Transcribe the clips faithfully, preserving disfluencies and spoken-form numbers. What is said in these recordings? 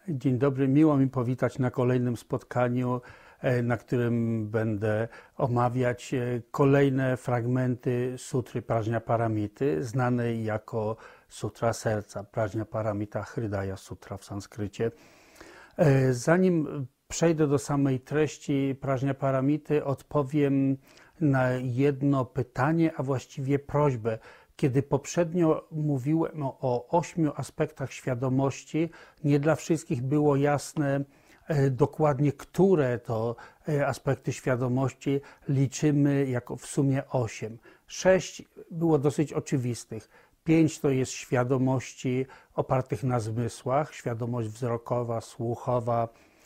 Dzień dobry, miło mi powitać na kolejnym spotkaniu, na którym będę omawiać kolejne fragmenty sutry Prajnaparamity, znanej jako Sutra Serca, Prajnaparamita Hridaya Sutra w sanskrycie. Zanim przejdę do samej treści Prajnaparamity, odpowiem na jedno pytanie, a właściwie prośbę. Kiedy poprzednio mówiłem o ośmiu aspektach świadomości, nie dla wszystkich było jasne dokładnie, które to aspekty świadomości liczymy jako w sumie osiem. Sześć było dosyć oczywistych. Pięć to jest świadomości opartych na zmysłach, świadomość wzrokowa, słuchowa,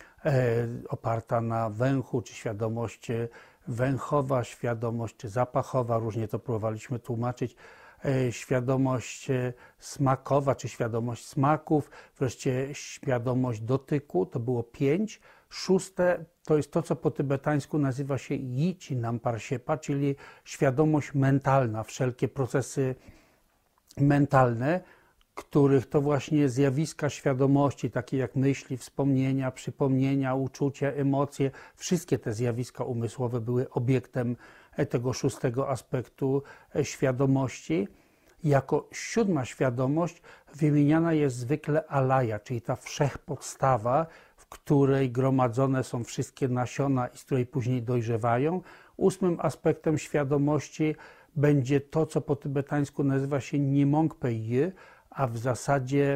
oparta na węchu, czy świadomość węchowa, świadomość zapachowa, różnie to próbowaliśmy tłumaczyć. Świadomość smakowa, czy świadomość smaków, wreszcie świadomość dotyku, to było pięć. Szóste to jest to, co po tybetańsku nazywa się Yichinam Parshepa, czyli świadomość mentalna, wszelkie procesy mentalne, których to właśnie zjawiska świadomości, takie jak myśli, wspomnienia, przypomnienia, uczucia, emocje, wszystkie te zjawiska umysłowe były obiektem tego szóstego aspektu świadomości. Jako siódma świadomość wymieniana jest zwykle alaya, czyli ta wszechpodstawa, w której gromadzone są wszystkie nasiona i z której później dojrzewają. Ósmym aspektem świadomości będzie to, co po tybetańsku nazywa się Nimongpeye, a w zasadzie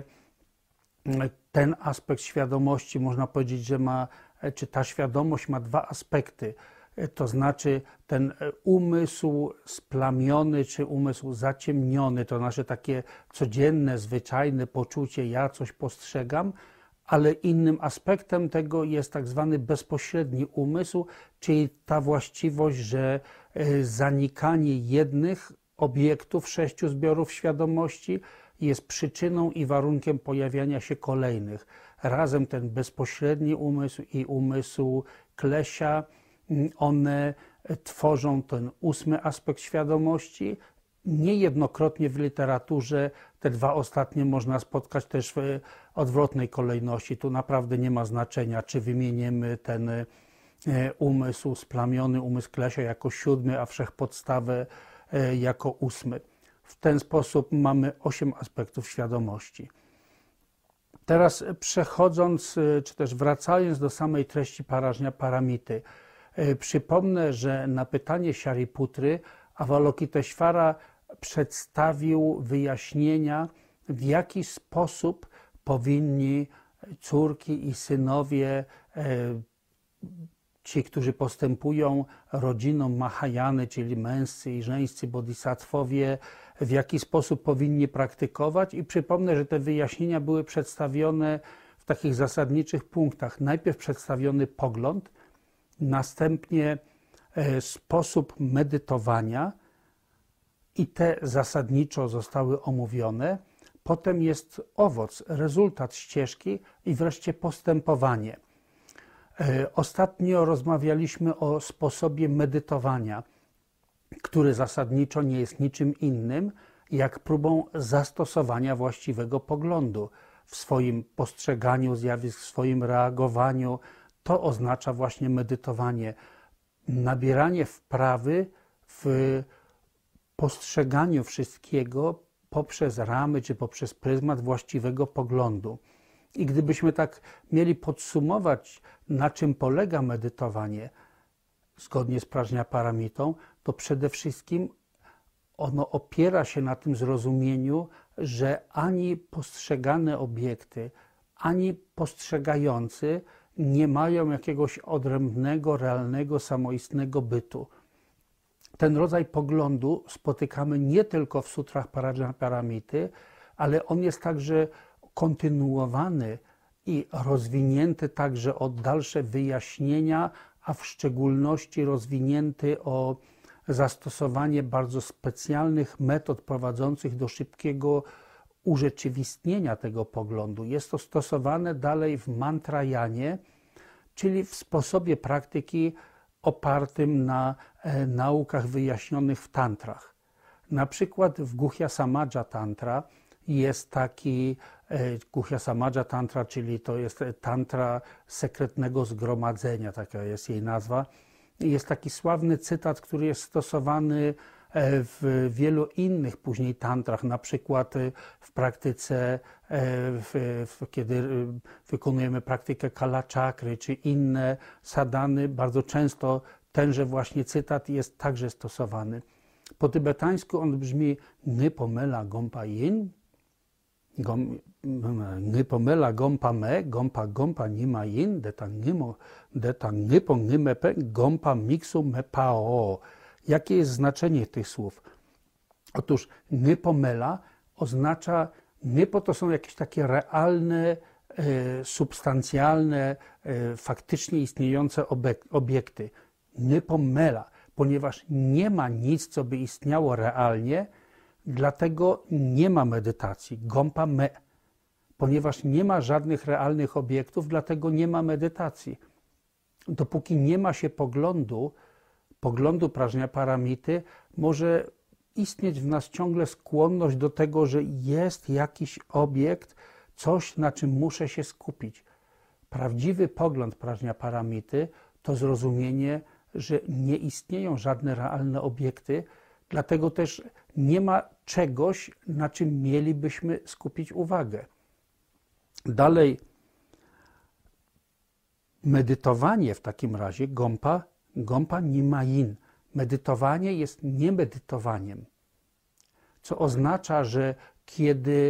ten aspekt świadomości, można powiedzieć, że ma, czy ta świadomość ma dwa aspekty. To znaczy ten umysł splamiony, czy umysł zaciemniony, to nasze takie codzienne, zwyczajne poczucie, ja coś postrzegam, ale innym aspektem tego jest tak zwany bezpośredni umysł, czyli ta właściwość, że zanikanie jednych obiektów, sześciu zbiorów świadomości jest przyczyną i warunkiem pojawiania się kolejnych. Razem ten bezpośredni umysł i umysł Klesia, one tworzą ten ósmy aspekt świadomości. Niejednokrotnie w literaturze te dwa ostatnie można spotkać też w odwrotnej kolejności. Tu naprawdę nie ma znaczenia, czy wymienimy ten umysł splamiony, umysł Klesia jako siódmy, a wszechpodstawę jako ósmy. W ten sposób mamy osiem aspektów świadomości. Teraz przechodząc, czy też wracając do samej treści Prajnaparamity, przypomnę, że na pytanie Sariputry Avalokiteshvara przedstawił wyjaśnienia, w jaki sposób powinni córki i synowie, ci, którzy postępują rodziną Mahayany, czyli męscy i żeńscy bodhisattwowie, w jaki sposób powinni praktykować. I przypomnę, że te wyjaśnienia były przedstawione w takich zasadniczych punktach. Najpierw przedstawiony pogląd, następnie sposób medytowania i te zasadniczo zostały omówione. Potem jest owoc, rezultat ścieżki i wreszcie postępowanie. Ostatnio rozmawialiśmy o sposobie medytowania, który zasadniczo nie jest niczym innym, jak próbą zastosowania właściwego poglądu w swoim postrzeganiu zjawisk, w swoim reagowaniu. To oznacza właśnie medytowanie, nabieranie wprawy w postrzeganiu wszystkiego poprzez ramy czy poprzez pryzmat właściwego poglądu. I gdybyśmy tak mieli podsumować, na czym polega medytowanie, zgodnie z Prajnaparamitą, to przede wszystkim ono opiera się na tym zrozumieniu, że ani postrzegane obiekty, ani postrzegający nie mają jakiegoś odrębnego, realnego, samoistnego bytu. Ten rodzaj poglądu spotykamy nie tylko w sutrach Prajnaparamity, ale on jest także kontynuowany i rozwinięty także o dalsze wyjaśnienia, a w szczególności rozwinięty o zastosowanie bardzo specjalnych metod prowadzących do szybkiego urzeczywistnienia tego poglądu. Jest to stosowane dalej w mantrajanie, czyli w sposobie praktyki opartym na e, naukach wyjaśnionych w tantrach. Na przykład w Guhya Samaja Tantra jest taki Guhya Samadża Tantra, czyli to jest tantra sekretnego zgromadzenia, taka jest jej nazwa. Jest taki sławny cytat, który jest stosowany w wielu innych później tantrach, na przykład w praktyce, w, w, kiedy wykonujemy praktykę kalaczakry czy inne sadhany, bardzo często tenże właśnie cytat jest także stosowany. Po tybetańsku on brzmi Ngipomela Gompa Yin, Ngipomela Gompa Me, Gompa Gompa Nima Yin, Deta Ngipo Ngimepe, Gompa Miksu Mepao. Jakie jest znaczenie tych słów? Otóż Ngipomela oznacza, Ngipo to są jakieś takie realne, e, substancjalne, e, faktycznie istniejące obiekty. Ngipomela, ponieważ nie ma nic, co by istniało realnie, dlatego nie ma medytacji. Gompa Me, ponieważ nie ma żadnych realnych obiektów, dlatego nie ma medytacji. Dopóki nie ma się poglądu, poglądu Prajnaparamity, może istnieć w nas ciągle skłonność do tego, że jest jakiś obiekt, coś, na czym muszę się skupić. Prawdziwy pogląd Prajnaparamity to zrozumienie, że nie istnieją żadne realne obiekty, dlatego też nie ma czegoś, na czym mielibyśmy skupić uwagę. Dalej, medytowanie w takim razie, Gompa, Gompa Nima Yin. Medytowanie jest niemedytowaniem, co oznacza, że kiedy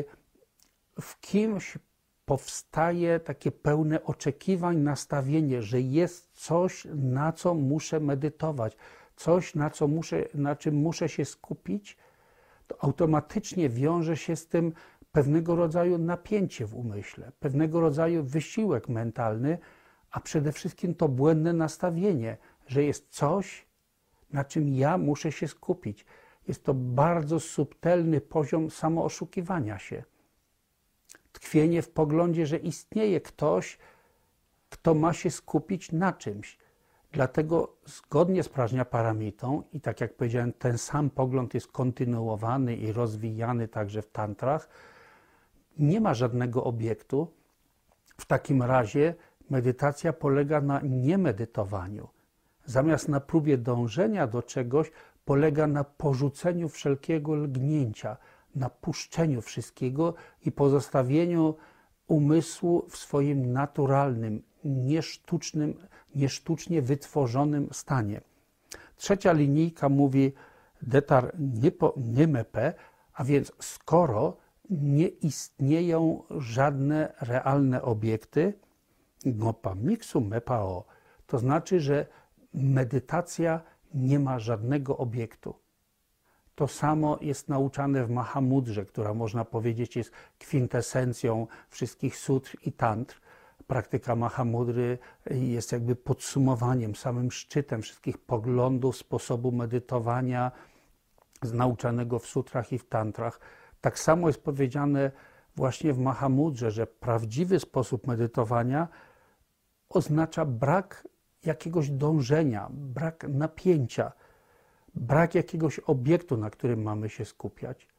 w kimś powstaje takie pełne oczekiwań, nastawienie, że jest coś, na co muszę medytować, coś, na, co muszę, na czym muszę się skupić, to automatycznie wiąże się z tym pewnego rodzaju napięcie w umyśle, pewnego rodzaju wysiłek mentalny, a przede wszystkim to błędne nastawienie, że jest coś, na czym ja muszę się skupić. Jest to bardzo subtelny poziom samooszukiwania się. Tkwienie w poglądzie, że istnieje ktoś, kto ma się skupić na czymś. Dlatego zgodnie z Prajnaparamita, i tak jak powiedziałem, ten sam pogląd jest kontynuowany i rozwijany także w tantrach, nie ma żadnego obiektu. W takim razie medytacja polega na niemedytowaniu. Zamiast na próbie dążenia do czegoś, polega na porzuceniu wszelkiego lgnięcia, na puszczeniu wszystkiego i pozostawieniu umysłu w swoim naturalnym, niesztucznym, niesztucznie wytworzonym stanie. Trzecia linijka mówi Detar Ngimepe, a więc skoro nie istnieją żadne realne obiekty, Gompa Miksu Mepao, to znaczy, że medytacja nie ma żadnego obiektu. To samo jest nauczane w Mahamudrze, która można powiedzieć jest kwintesencją wszystkich sutr i tantr. Praktyka Mahamudry jest jakby podsumowaniem, samym szczytem wszystkich poglądów, sposobu medytowania nauczanego w sutrach i w tantrach. Tak samo jest powiedziane właśnie w Mahamudrze, że prawdziwy sposób medytowania oznacza brak jakiegoś dążenia, brak napięcia, brak jakiegoś obiektu, na którym mamy się skupiać.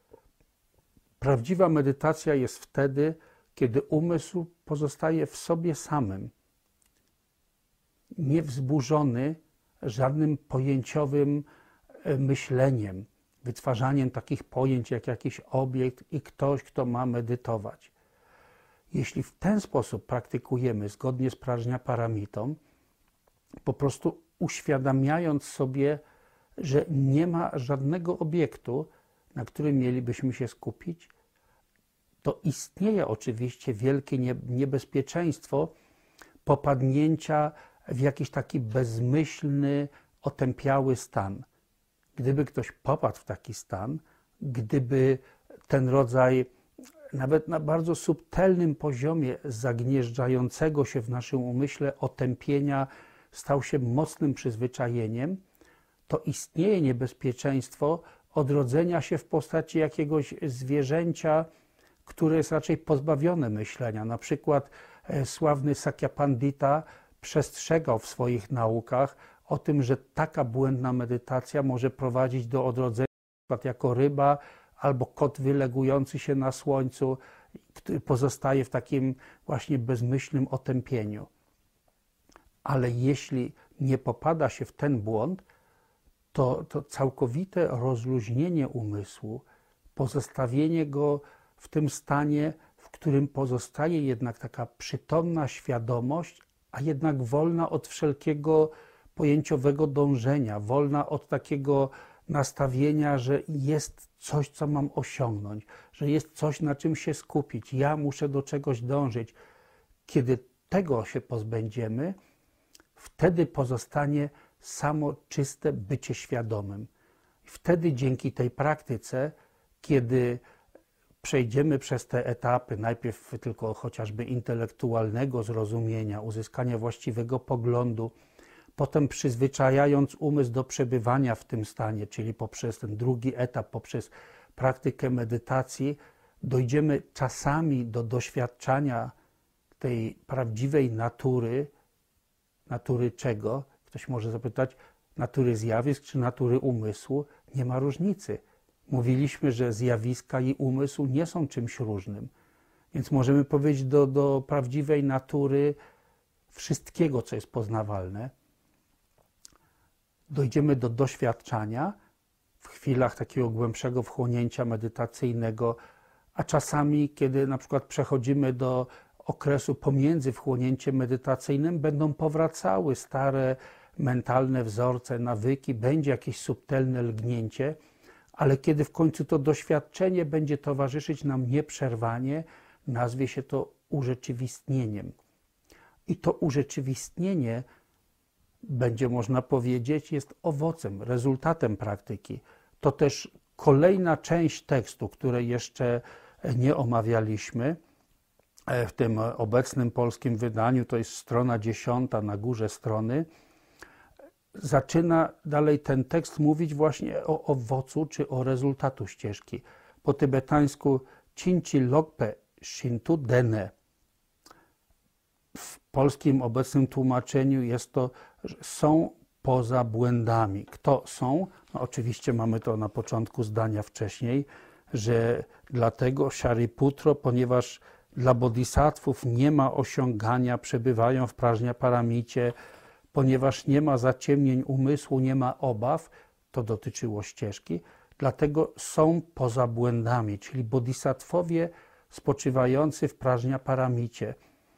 Prawdziwa medytacja jest wtedy, kiedy umysł pozostaje w sobie samym, niewzburzony żadnym pojęciowym myśleniem, wytwarzaniem takich pojęć jak jakiś obiekt i ktoś, kto ma medytować. Jeśli w ten sposób praktykujemy zgodnie z Prajnaparamita, po prostu uświadamiając sobie, że nie ma żadnego obiektu, na którym mielibyśmy się skupić, to istnieje oczywiście wielkie niebezpieczeństwo popadnięcia w jakiś taki bezmyślny, otępiały stan. Gdyby ktoś popadł w taki stan, gdyby ten rodzaj nawet na bardzo subtelnym poziomie zagnieżdżającego się w naszym umyśle otępienia stał się mocnym przyzwyczajeniem, to istnieje niebezpieczeństwo odrodzenia się w postaci jakiegoś zwierzęcia, które jest raczej pozbawione myślenia. Na przykład sławny Sakya Pandita przestrzegał w swoich naukach o tym, że taka błędna medytacja może prowadzić do odrodzenia, na przykład jako ryba albo kot wylegujący się na słońcu, który pozostaje w takim właśnie bezmyślnym otępieniu. Ale jeśli nie popada się w ten błąd, to, to całkowite rozluźnienie umysłu, pozostawienie go w tym stanie, w którym pozostaje jednak taka przytomna świadomość, a jednak wolna od wszelkiego pojęciowego dążenia, wolna od takiego nastawienia, że jest coś, co mam osiągnąć, że jest coś, na czym się skupić, ja muszę do czegoś dążyć. Kiedy tego się pozbędziemy, wtedy pozostanie samo czyste bycie świadomym. Wtedy dzięki tej praktyce, kiedy przejdziemy przez te etapy, najpierw tylko chociażby intelektualnego zrozumienia, uzyskania właściwego poglądu, potem przyzwyczajając umysł do przebywania w tym stanie, czyli poprzez ten drugi etap, poprzez praktykę medytacji, dojdziemy czasami do doświadczania tej prawdziwej natury. Natury czego? Ktoś może zapytać, natury zjawisk czy natury umysłu? Nie ma różnicy. Mówiliśmy, że zjawiska i umysł nie są czymś różnym. Więc możemy powiedzieć do, do prawdziwej natury wszystkiego, co jest poznawalne. Dojdziemy do doświadczania w chwilach takiego głębszego wchłonięcia medytacyjnego, a czasami, kiedy na przykład przechodzimy do okresu pomiędzy wchłonięciem medytacyjnym, będą powracały stare mentalne wzorce, nawyki, będzie jakieś subtelne lgnięcie, ale kiedy w końcu to doświadczenie będzie towarzyszyć nam nieprzerwanie, nazwie się to urzeczywistnieniem. I to urzeczywistnienie, będzie można powiedzieć, jest owocem, rezultatem praktyki. To też kolejna część tekstu, której jeszcze nie omawialiśmy. W tym obecnym polskim wydaniu, to jest strona dziesiąta na górze strony, zaczyna dalej ten tekst mówić właśnie o owocu czy o rezultatu ścieżki. Po tybetańsku Cinci Lokpe Shintu Dene. W polskim obecnym tłumaczeniu jest to, że są poza błędami. Kto są? No oczywiście mamy to na początku zdania wcześniej, że dlatego Shariputra, ponieważ dla bodhisattvów nie ma osiągania, przebywają w prażnia paramicie, ponieważ nie ma zaciemnień umysłu, nie ma obaw, to dotyczyło ścieżki, dlatego są poza błędami, czyli bodhisattwowie spoczywający w prażnia paramicie.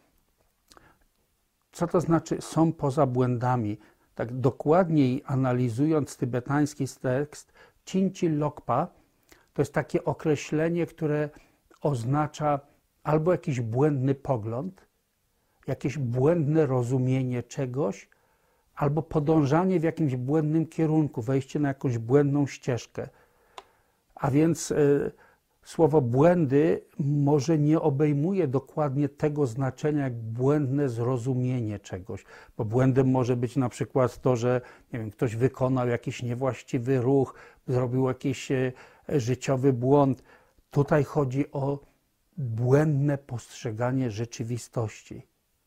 Co to znaczy są poza błędami? Tak dokładniej analizując tybetański tekst, Cinci Lokpa to jest takie określenie, które oznacza albo jakiś błędny pogląd, jakieś błędne rozumienie czegoś, albo podążanie w jakimś błędnym kierunku, wejście na jakąś błędną ścieżkę. A więc y, słowo błędy może nie obejmuje dokładnie tego znaczenia, jak błędne zrozumienie czegoś. Bo błędem może być na przykład to, że nie wiem, ktoś wykonał jakiś niewłaściwy ruch, zrobił jakiś y, życiowy błąd. Tutaj chodzi o błędne postrzeganie rzeczywistości,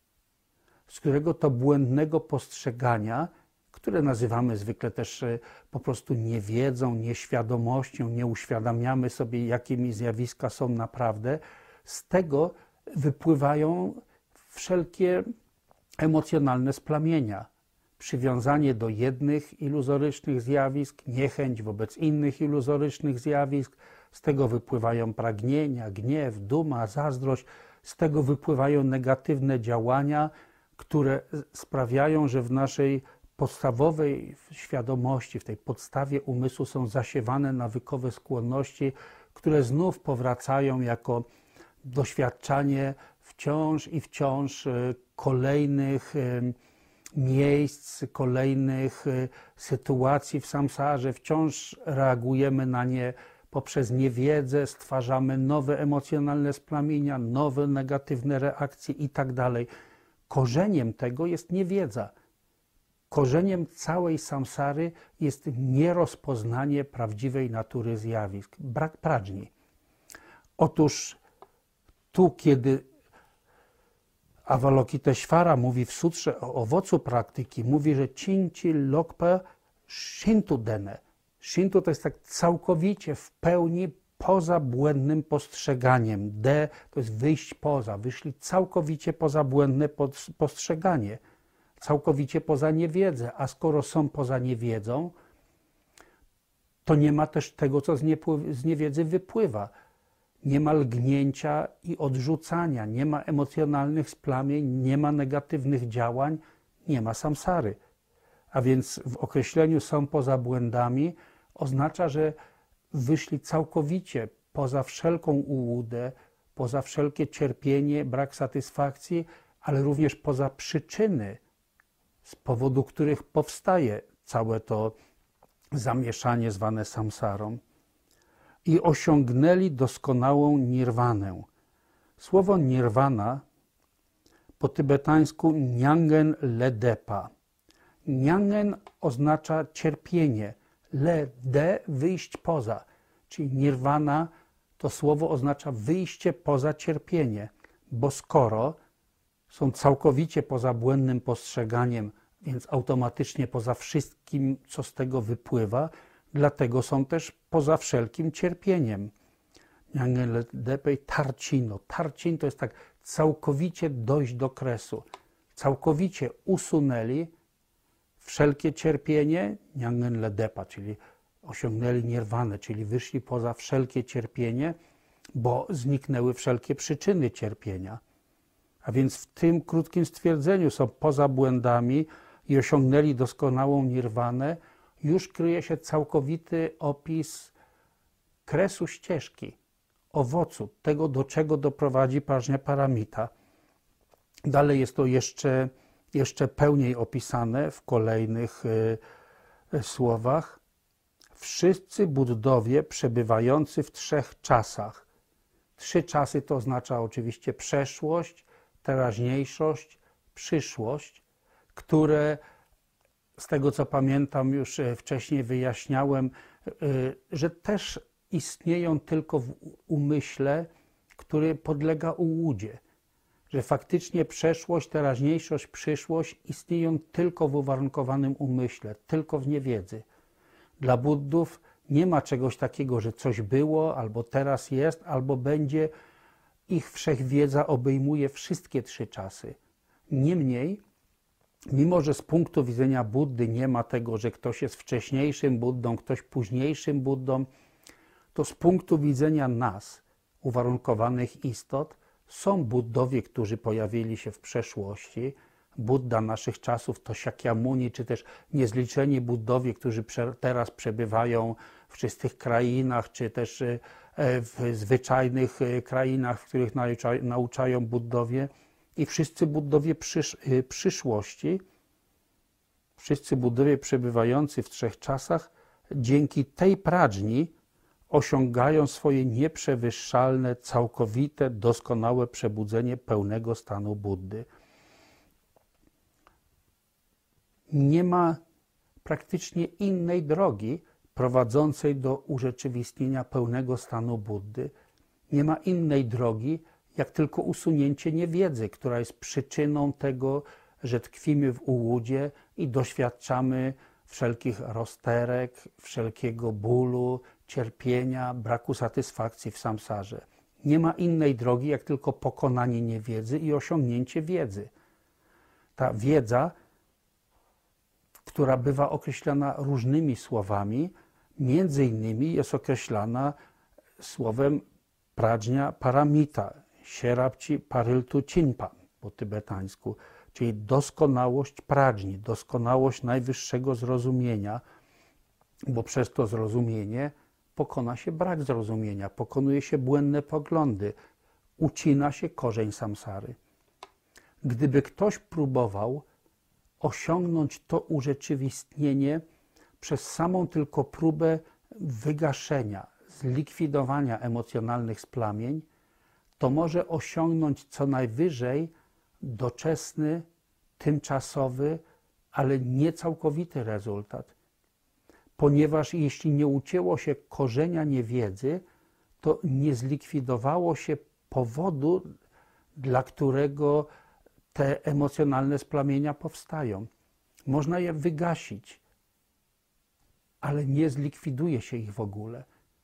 z którego to błędnego postrzegania, które nazywamy zwykle też po prostu niewiedzą, nieświadomością, nie uświadamiamy sobie, jakimi zjawiska są naprawdę, z tego wypływają wszelkie emocjonalne splamienia. Przywiązanie do jednych iluzorycznych zjawisk, niechęć wobec innych iluzorycznych zjawisk, z tego wypływają pragnienia, gniew, duma, zazdrość, z tego wypływają negatywne działania, które sprawiają, że w naszej podstawowej świadomości, w tej podstawie umysłu są zasiewane nawykowe skłonności, które znów powracają jako doświadczanie wciąż i wciąż kolejnych miejsc, kolejnych sytuacji w samsarze. Wciąż reagujemy na nie poprzez niewiedzę, stwarzamy nowe emocjonalne splamienia, nowe negatywne reakcje i tak dalej. Korzeniem tego jest niewiedza. Korzeniem całej samsary jest nierozpoznanie prawdziwej natury zjawisk, brak pradżni. Otóż tu, kiedy Avalokiteshvara mówi w sutrze o owocu praktyki, mówi, że Cinci Lokpa Shintu Dene. Shintu to jest tak całkowicie, w pełni, poza błędnym postrzeganiem. D to jest wyjść poza, wyszli całkowicie poza błędne postrzeganie, całkowicie poza niewiedzę, a skoro są poza niewiedzą, to nie ma też tego, co z niewiedzy wypływa. Nie ma lgnięcia i odrzucania, nie ma emocjonalnych splamień, nie ma negatywnych działań, nie ma samsary. A więc w określeniu są poza błędami oznacza, że wyszli całkowicie poza wszelką ułudę, poza wszelkie cierpienie, brak satysfakcji, ale również poza przyczyny, z powodu których powstaje całe to zamieszanie zwane samsarą. I osiągnęli doskonałą nirwanę. Słowo nirwana po tybetańsku nyangen ledepa. Nyangen oznacza cierpienie, lede wyjść poza, czyli nirwana to słowo oznacza wyjście poza cierpienie, bo skoro są całkowicie poza błędnym postrzeganiem, więc automatycznie poza wszystkim, co z tego wypływa, dlatego są też poza wszelkim cierpieniem. Nyangeledepej tarcino. Tarcin to jest tak całkowicie dojść do kresu. Całkowicie usunęli wszelkie cierpienie, Nyangenledepa, czyli osiągnęli nirwanę, czyli wyszli poza wszelkie cierpienie, bo zniknęły wszelkie przyczyny cierpienia. A więc w tym krótkim stwierdzeniu są poza błędami i osiągnęli doskonałą nirwanę, już kryje się całkowity opis kresu ścieżki, owocu, tego, do czego doprowadzi Prażnia Paramita. Dalej jest to jeszcze, jeszcze pełniej opisane w kolejnych y, słowach. Wszyscy Buddowie przebywający w trzech czasach. Trzy czasy to oznacza oczywiście przeszłość, teraźniejszość, przyszłość, które z tego, co pamiętam, już wcześniej wyjaśniałem, że też istnieją tylko w umyśle, który podlega ułudzie. Że faktycznie przeszłość, teraźniejszość, przyszłość istnieją tylko w uwarunkowanym umyśle, tylko w niewiedzy. Dla Buddów nie ma czegoś takiego, że coś było, albo teraz jest, albo będzie. Ich wszechwiedza obejmuje wszystkie trzy czasy. Niemniej, mimo że z punktu widzenia Buddy nie ma tego, że ktoś jest wcześniejszym Buddą, ktoś późniejszym Buddą, to z punktu widzenia nas, uwarunkowanych istot, są Buddowie, którzy pojawili się w przeszłości. Budda naszych czasów to Shakyamuni, czy też niezliczeni Buddowie, którzy teraz przebywają w czystych krainach, czy też w zwyczajnych krainach, w których nauczają Buddowie. I wszyscy Buddowie przysz przyszłości, wszyscy Buddowie przebywający w trzech czasach, dzięki tej pradżni osiągają swoje nieprzewyższalne, całkowite, doskonałe przebudzenie pełnego stanu Buddy. Nie ma praktycznie innej drogi prowadzącej do urzeczywistnienia pełnego stanu Buddy. Nie ma innej drogi, jak tylko usunięcie niewiedzy, która jest przyczyną tego, że tkwimy w ułudzie i doświadczamy wszelkich rozterek, wszelkiego bólu, cierpienia, braku satysfakcji w samsarze. Nie ma innej drogi, jak tylko pokonanie niewiedzy i osiągnięcie wiedzy. Ta wiedza, która bywa określana różnymi słowami, między innymi jest określana słowem pradżnia paramita, sierapci pariltu cinpa po tybetańsku, czyli doskonałość pradżni, doskonałość najwyższego zrozumienia, bo przez to zrozumienie pokona się brak zrozumienia, pokonuje się błędne poglądy, ucina się korzeń samsary. Gdyby ktoś próbował osiągnąć to urzeczywistnienie przez samą tylko próbę wygaszenia, zlikwidowania emocjonalnych splamień, to może osiągnąć co najwyżej doczesny, tymczasowy, ale nie całkowity rezultat. Ponieważ jeśli nie ucięło się korzenia niewiedzy, to nie zlikwidowało się powodu, dla którego te emocjonalne splamienia powstają. Można je wygasić, ale nie zlikwiduje się ich w ogóle.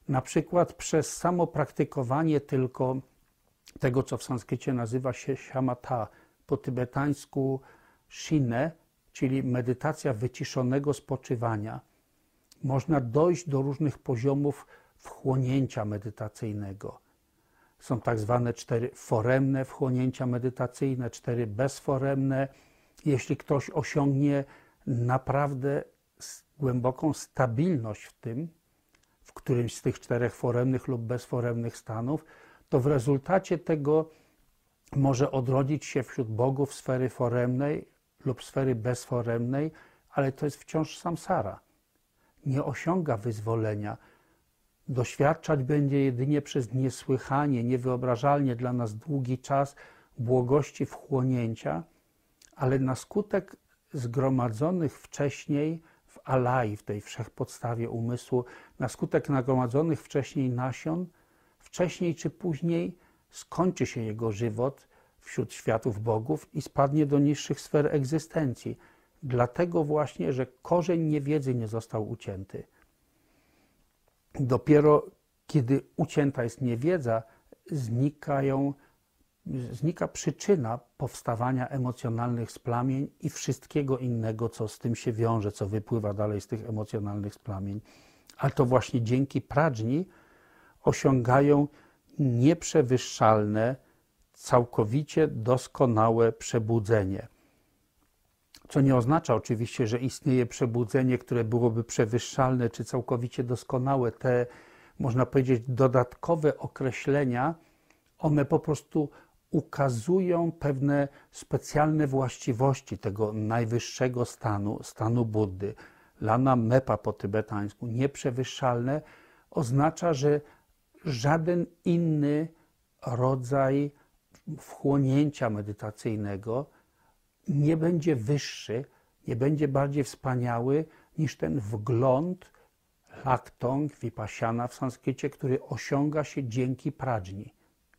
Na przykład przez samo praktykowanie tylko tego, co w sanskrycie nazywa się shamatha, po tybetańsku shinne, czyli medytacja wyciszonego spoczywania. Można dojść do różnych poziomów wchłonięcia medytacyjnego. Są tak zwane cztery foremne wchłonięcia medytacyjne, cztery bezforemne. Jeśli ktoś osiągnie naprawdę głęboką stabilność w tym, w którymś z tych czterech foremnych lub bezforemnych stanów, to w rezultacie tego może odrodzić się wśród bogów sfery foremnej lub sfery bezforemnej, ale to jest wciąż samsara. Nie osiąga wyzwolenia. Doświadczać będzie jedynie przez niesłychanie, niewyobrażalnie dla nas długi czas błogości wchłonięcia, ale na skutek zgromadzonych wcześniej w alai, w tej wszechpodstawie umysłu, na skutek nagromadzonych wcześniej nasion, wcześniej czy później skończy się jego żywot wśród światów bogów i spadnie do niższych sfer egzystencji. Dlatego właśnie, że korzeń niewiedzy nie został ucięty. Dopiero kiedy ucięta jest niewiedza, znikają, znika przyczyna powstawania emocjonalnych splamień i wszystkiego innego, co z tym się wiąże, co wypływa dalej z tych emocjonalnych splamień. Ale to właśnie dzięki pradżni osiągają nieprzewyższalne, całkowicie doskonałe przebudzenie. Co nie oznacza oczywiście, że istnieje przebudzenie, które byłoby przewyższalne czy całkowicie doskonałe. Te, można powiedzieć, dodatkowe określenia, one po prostu ukazują pewne specjalne właściwości tego najwyższego stanu, stanu Buddy. Lana Mepa po tybetańsku, nieprzewyższalne, oznacza, że żaden inny rodzaj wchłonięcia medytacyjnego nie będzie wyższy, nie będzie bardziej wspaniały niż ten wgląd laktong, vipassana w sanskrycie, który osiąga się dzięki pradżni.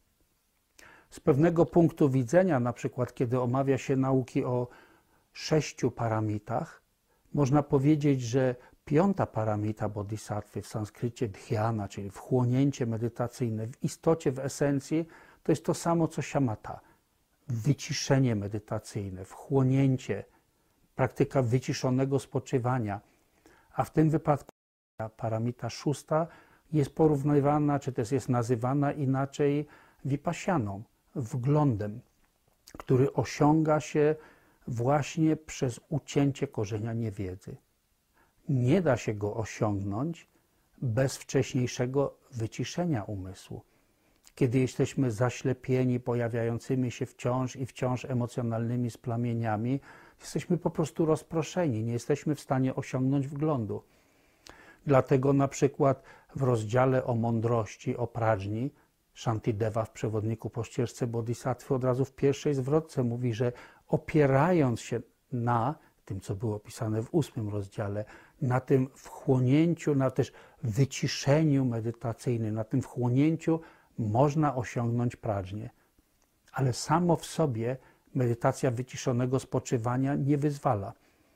Z pewnego punktu widzenia, na przykład kiedy omawia się nauki o sześciu paramitach, można powiedzieć, że piąta paramita bodhisattwy w sanskrycie dhyana, czyli wchłonięcie medytacyjne, w istocie, w esencji, to jest to samo co shamatha. Wyciszenie medytacyjne, wchłonięcie, praktyka wyciszonego spoczywania. A w tym wypadku paramita szósta jest porównywana, czy też jest nazywana inaczej vipassaną, wglądem, który osiąga się właśnie przez ucięcie korzenia niewiedzy. Nie da się go osiągnąć bez wcześniejszego wyciszenia umysłu. Kiedy jesteśmy zaślepieni pojawiającymi się wciąż i wciąż emocjonalnymi splamieniami, jesteśmy po prostu rozproszeni, nie jesteśmy w stanie osiągnąć wglądu. Dlatego na przykład w rozdziale o mądrości, o pradżni, Shantideva w przewodniku po ścieżce bodhisattwy od razu w pierwszej zwrotce mówi, że opierając się na tym, co było opisane w ósmym rozdziale, na tym wchłonięciu, na też wyciszeniu medytacyjnym, na tym wchłonięciu można osiągnąć pradżnię. Ale samo w sobie medytacja wyciszonego spoczywania nie wyzwala.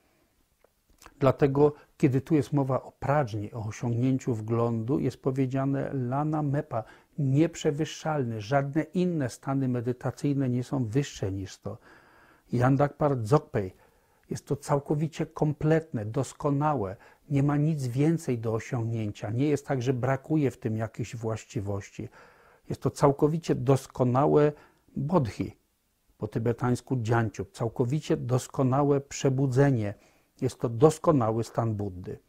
Dlatego, kiedy tu jest mowa o pradżni, o osiągnięciu wglądu, jest powiedziane lana mepa, nieprzewyższalny. Żadne inne stany medytacyjne nie są wyższe niż to. Yandakpar dzogpej. Jest to całkowicie kompletne, doskonałe. Nie ma nic więcej do osiągnięcia. Nie jest tak, że brakuje w tym jakichś właściwości. Jest to całkowicie doskonałe bodhi, po tybetańsku dzianciub, całkowicie doskonałe przebudzenie. Jest to doskonały stan Buddy.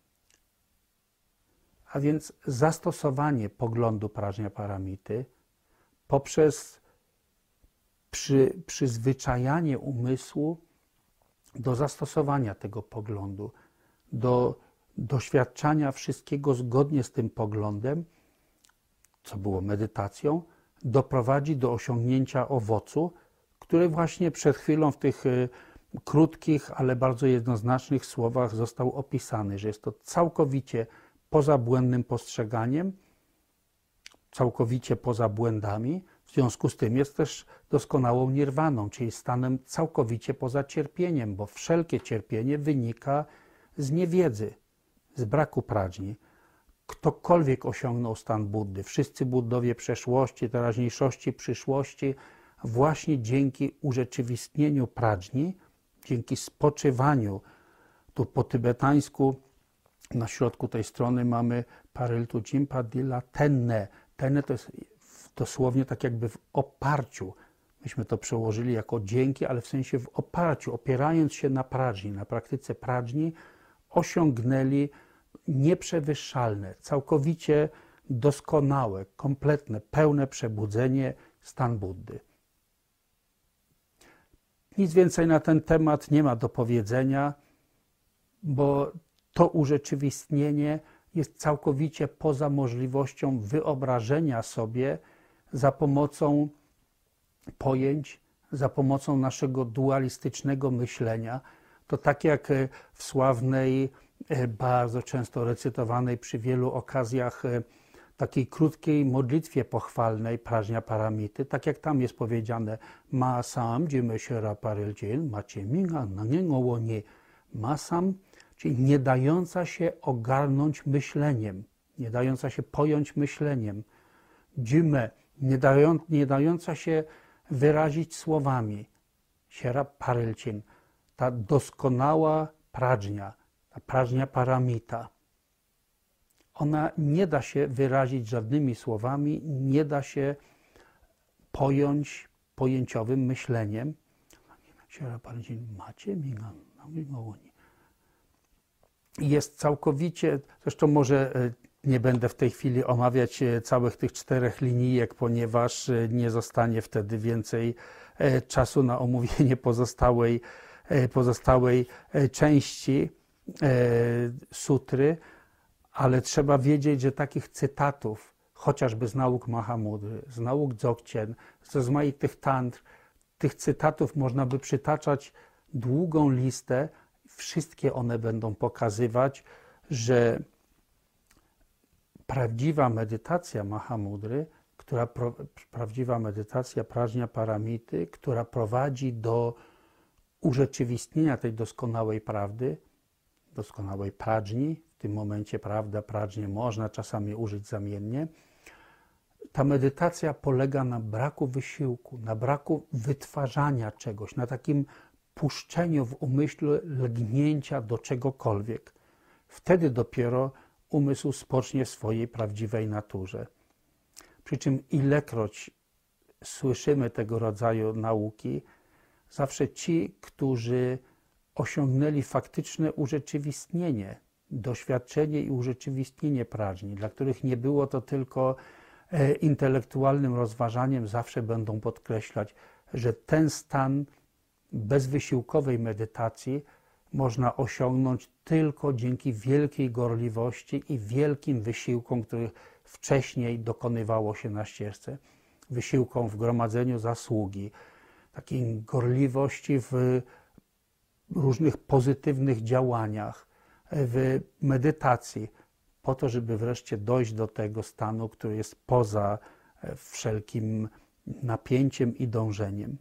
A więc zastosowanie poglądu pradżnia paramity poprzez przy, przyzwyczajanie umysłu do zastosowania tego poglądu, do doświadczania wszystkiego zgodnie z tym poglądem, co było medytacją, doprowadzi do osiągnięcia owocu, który właśnie przed chwilą w tych krótkich, ale bardzo jednoznacznych słowach został opisany, że jest to całkowicie poza błędnym postrzeganiem, całkowicie poza błędami, w związku z tym jest też doskonałą nirwaną, czyli stanem całkowicie poza cierpieniem, bo wszelkie cierpienie wynika z niewiedzy, z braku pradżni. ktokolwiek osiągnął stan Buddy, wszyscy Buddowie przeszłości, teraźniejszości, przyszłości, właśnie dzięki urzeczywistnieniu pradżni, dzięki spoczywaniu, tu po tybetańsku na środku tej strony mamy Pariltu Jimpa Dila Tenne. Tenne to jest dosłownie tak jakby w oparciu. Myśmy to przełożyli jako dzięki, ale w sensie w oparciu, opierając się na pradżni, na praktyce pradżni, osiągnęli nieprzewyższalne, całkowicie doskonałe, kompletne, pełne przebudzenie stan Buddy. Nic więcej na ten temat nie ma do powiedzenia, bo to urzeczywistnienie jest całkowicie poza możliwością wyobrażenia sobie za pomocą pojęć, za pomocą naszego dualistycznego myślenia. To tak jak w sławnej, bardzo często recytowanej przy wielu okazjach takiej krótkiej modlitwie pochwalnej Prażnia Paramity, tak jak tam jest powiedziane Masam, Jimeshera Parilcin, Maciemiga, Nangengołoni, Masam, czyli nie dająca się ogarnąć myśleniem, nie dająca się pojąć myśleniem. Jime, nie, dają, nie dająca się wyrazić słowami. Siera Parilcin, ta doskonała pradżnia, ta pradżnia paramita. Ona nie da się wyrazić żadnymi słowami, nie da się pojąć pojęciowym myśleniem. Jest całkowicie, zresztą może nie będę w tej chwili omawiać całych tych czterech linijek, ponieważ nie zostanie wtedy więcej czasu na omówienie pozostałej, pozostałej części sutry, ale trzeba wiedzieć, że takich cytatów, chociażby z nauk Mahamudry, z nauk Dzogchen, z rozmaitych tantr, tych cytatów można by przytaczać długą listę. Wszystkie one będą pokazywać, że prawdziwa medytacja Mahamudry, która pro, prawdziwa medytacja Prażnia Paramity, która prowadzi do urzeczywistnienia tej doskonałej prawdy, doskonałej pradżni, w tym momencie prawda, pradżnię można czasami użyć zamiennie. Ta medytacja polega na braku wysiłku, na braku wytwarzania czegoś, na takim puszczeniu w umyśle lgnięcia do czegokolwiek. Wtedy dopiero umysł spocznie w swojej prawdziwej naturze. Przy czym ilekroć słyszymy tego rodzaju nauki, zawsze ci, którzy osiągnęli faktyczne urzeczywistnienie, doświadczenie i urzeczywistnienie pradżni, dla których nie było to tylko intelektualnym rozważaniem, zawsze będą podkreślać, że ten stan bezwysiłkowej medytacji można osiągnąć tylko dzięki wielkiej gorliwości i wielkim wysiłkom, których wcześniej dokonywało się na ścieżce. Wysiłkom w gromadzeniu zasługi, takiej gorliwości w różnych pozytywnych działaniach, w medytacji, po to, żeby wreszcie dojść do tego stanu, który jest poza wszelkim napięciem i dążeniem.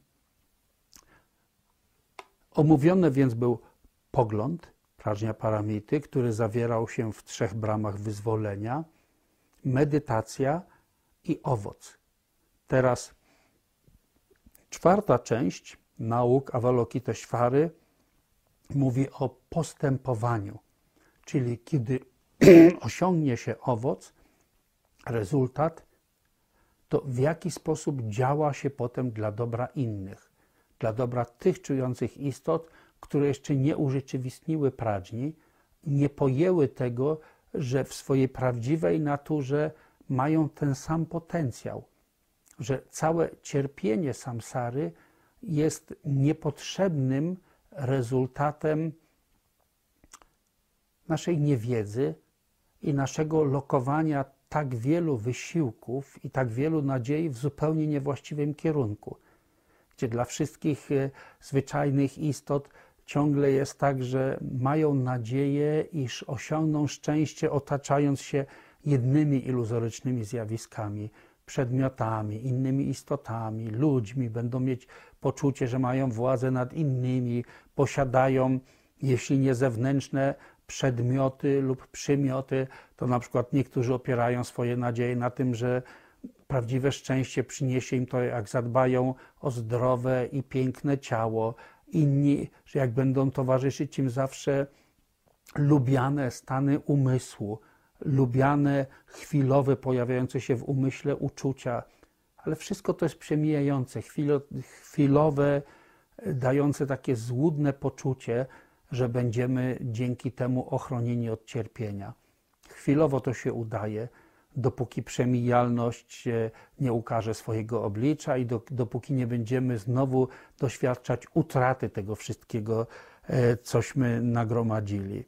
Omówiony więc był pogląd Prażnia Paramity, który zawierał się w trzech bramach wyzwolenia, medytacja i owoc. Teraz czwarta część nauk Avalokiteshvary mówi o postępowaniu, czyli kiedy osiągnie się owoc, rezultat, to w jaki sposób działa się potem dla dobra innych, dla dobra tych czujących istot, które jeszcze nie urzeczywistniły pradżni, nie pojęły tego, że w swojej prawdziwej naturze mają ten sam potencjał, że całe cierpienie samsary jest niepotrzebnym rezultatem naszej niewiedzy i naszego lokowania tak wielu wysiłków i tak wielu nadziei w zupełnie niewłaściwym kierunku, gdzie dla wszystkich zwyczajnych istot ciągle jest tak, że mają nadzieję, iż osiągną szczęście, otaczając się jednymi iluzorycznymi zjawiskami, przedmiotami, innymi istotami, ludźmi, będą mieć poczucie, że mają władzę nad innymi, posiadają, jeśli nie zewnętrzne przedmioty lub przymioty, to na przykład niektórzy opierają swoje nadzieje na tym, że prawdziwe szczęście przyniesie im to, jak zadbają o zdrowe i piękne ciało. Inni, że jak będą towarzyszyć im zawsze lubiane stany umysłu, lubiane, chwilowe, pojawiające się w umyśle uczucia. Ale wszystko to jest przemijające, chwilowe, dające takie złudne poczucie, że będziemy dzięki temu ochronieni od cierpienia. Chwilowo to się udaje, dopóki przemijalność nie ukaże swojego oblicza i do, dopóki nie będziemy znowu doświadczać utraty tego wszystkiego, cośmy nagromadzili.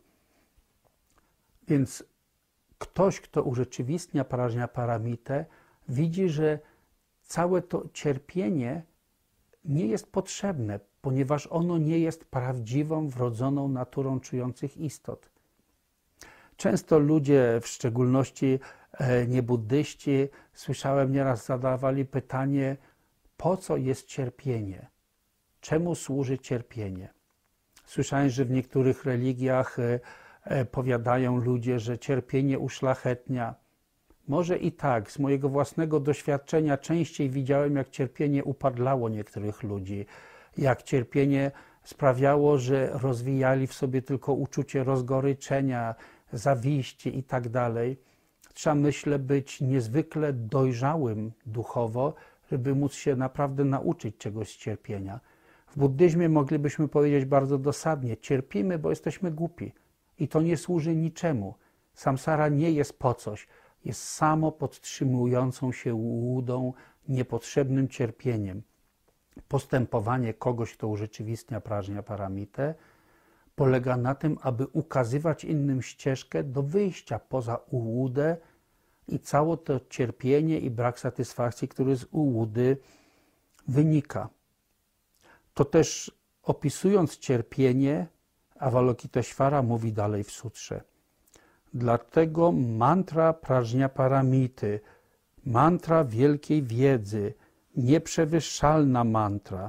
Więc ktoś, kto urzeczywistnia Prajnaparamite, widzi, że całe to cierpienie nie jest potrzebne, ponieważ ono nie jest prawdziwą, wrodzoną naturą czujących istot. Często ludzie, w szczególności niebuddyści, słyszałem nieraz, zadawali pytanie, po co jest cierpienie? Czemu służy cierpienie? Słyszałem, że w niektórych religiach powiadają ludzie, że cierpienie uszlachetnia. Może i tak, z mojego własnego doświadczenia częściej widziałem, jak cierpienie upadlało niektórych ludzi, jak cierpienie sprawiało, że rozwijali w sobie tylko uczucie rozgoryczenia, zawiści i tak dalej. Trzeba, myślę, być niezwykle dojrzałym duchowo, żeby móc się naprawdę nauczyć czegoś z cierpienia. W buddyzmie moglibyśmy powiedzieć bardzo dosadnie, cierpimy, bo jesteśmy głupi i to nie służy niczemu. Samsara nie jest po coś, jest samo podtrzymującą się łudą, niepotrzebnym cierpieniem. Postępowanie kogoś, kto urzeczywistnia Prajnaparamite, polega na tym, aby ukazywać innym ścieżkę do wyjścia poza ułudę i całe to cierpienie i brak satysfakcji, który z ułudy wynika. To też opisując cierpienie, Avalokiteshvara mówi dalej w sutrze. Dlatego mantra Prajnaparamity, mantra wielkiej wiedzy, nieprzewyższalna mantra,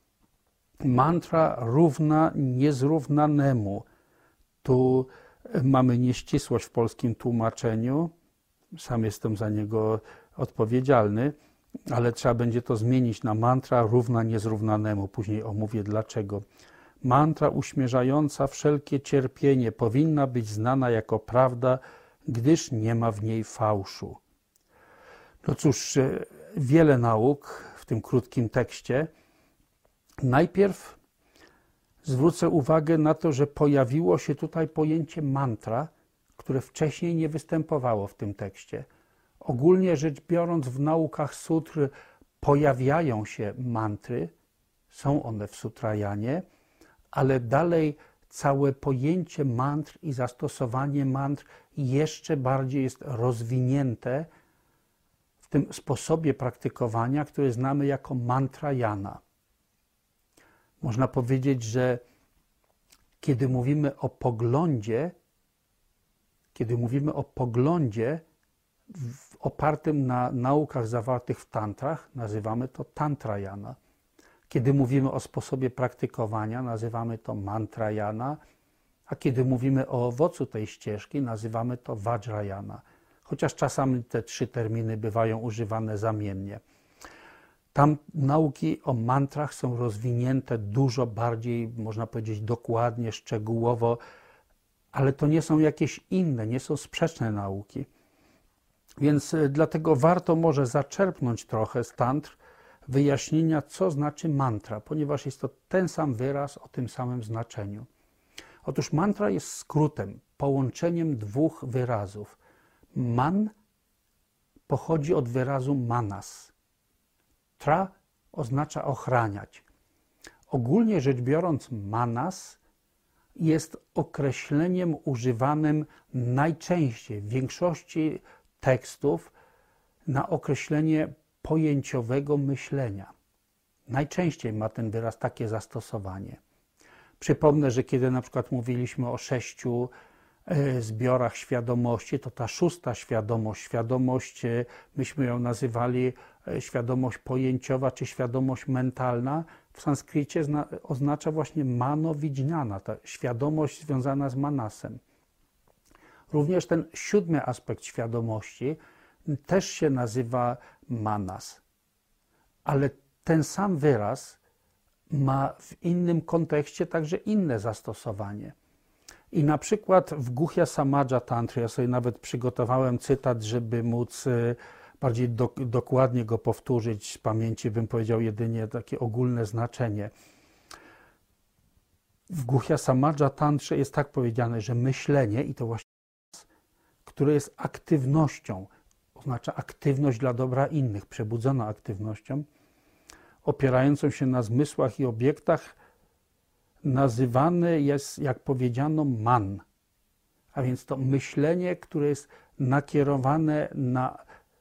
mantra równa niezrównanemu. Tu mamy nieścisłość w polskim tłumaczeniu, sam jestem za niego odpowiedzialny, ale trzeba będzie to zmienić na mantra równa niezrównanemu. Później omówię dlaczego. Mantra uśmierzająca wszelkie cierpienie powinna być znana jako prawda, gdyż nie ma w niej fałszu. No cóż, wiele nauk w tym krótkim tekście. Najpierw zwrócę uwagę na to, że pojawiło się tutaj pojęcie mantra, które wcześniej nie występowało w tym tekście. Ogólnie rzecz biorąc, w naukach sutr pojawiają się mantry, są one w sutrajanie, ale dalej całe pojęcie mantr i zastosowanie mantr jeszcze bardziej jest rozwinięte w tym sposobie praktykowania, który znamy jako mantrajana. Można powiedzieć, że kiedy mówimy o poglądzie, kiedy mówimy o poglądzie opartym na naukach zawartych w tantrach, nazywamy to tantrajana. Kiedy mówimy o sposobie praktykowania, nazywamy to mantrajana, a kiedy mówimy o owocu tej ścieżki, nazywamy to vajrayana. Chociaż czasami te trzy terminy bywają używane zamiennie. Tam nauki o mantrach są rozwinięte dużo bardziej, można powiedzieć, dokładnie, szczegółowo, ale to nie są jakieś inne, nie są sprzeczne nauki. Więc dlatego warto może zaczerpnąć trochę z tantr wyjaśnienia, co znaczy mantra, ponieważ jest to ten sam wyraz o tym samym znaczeniu. Otóż mantra jest skrótem, połączeniem dwóch wyrazów. Man pochodzi od wyrazu manas. Tra oznacza ochraniać. Ogólnie rzecz biorąc, manas jest określeniem używanym najczęściej w większości tekstów na określenie pojęciowego myślenia. Najczęściej ma ten wyraz takie zastosowanie. Przypomnę, że kiedy na przykład mówiliśmy o sześciu zbiorach świadomości, to ta szósta świadomość, świadomość, myśmy ją nazywali świadomość pojęciowa czy świadomość mentalna, w sanskrycie oznacza właśnie mano widźniana, ta świadomość związana z manasem. Również ten siódmy aspekt świadomości też się nazywa manas. Ale ten sam wyraz ma w innym kontekście także inne zastosowanie. I na przykład w Guhya Samadża Tantry, ja sobie nawet przygotowałem cytat, żeby móc bardziej do, dokładnie go powtórzyć z pamięci, bym powiedział jedynie takie ogólne znaczenie. W Guhya Samadża Tantrze jest tak powiedziane, że myślenie, i to właśnie, które jest aktywnością, oznacza aktywność dla dobra innych, przebudzoną aktywnością, opierającą się na zmysłach i obiektach, nazywane jest, jak powiedziano, man. A więc to myślenie, które jest nakierowane na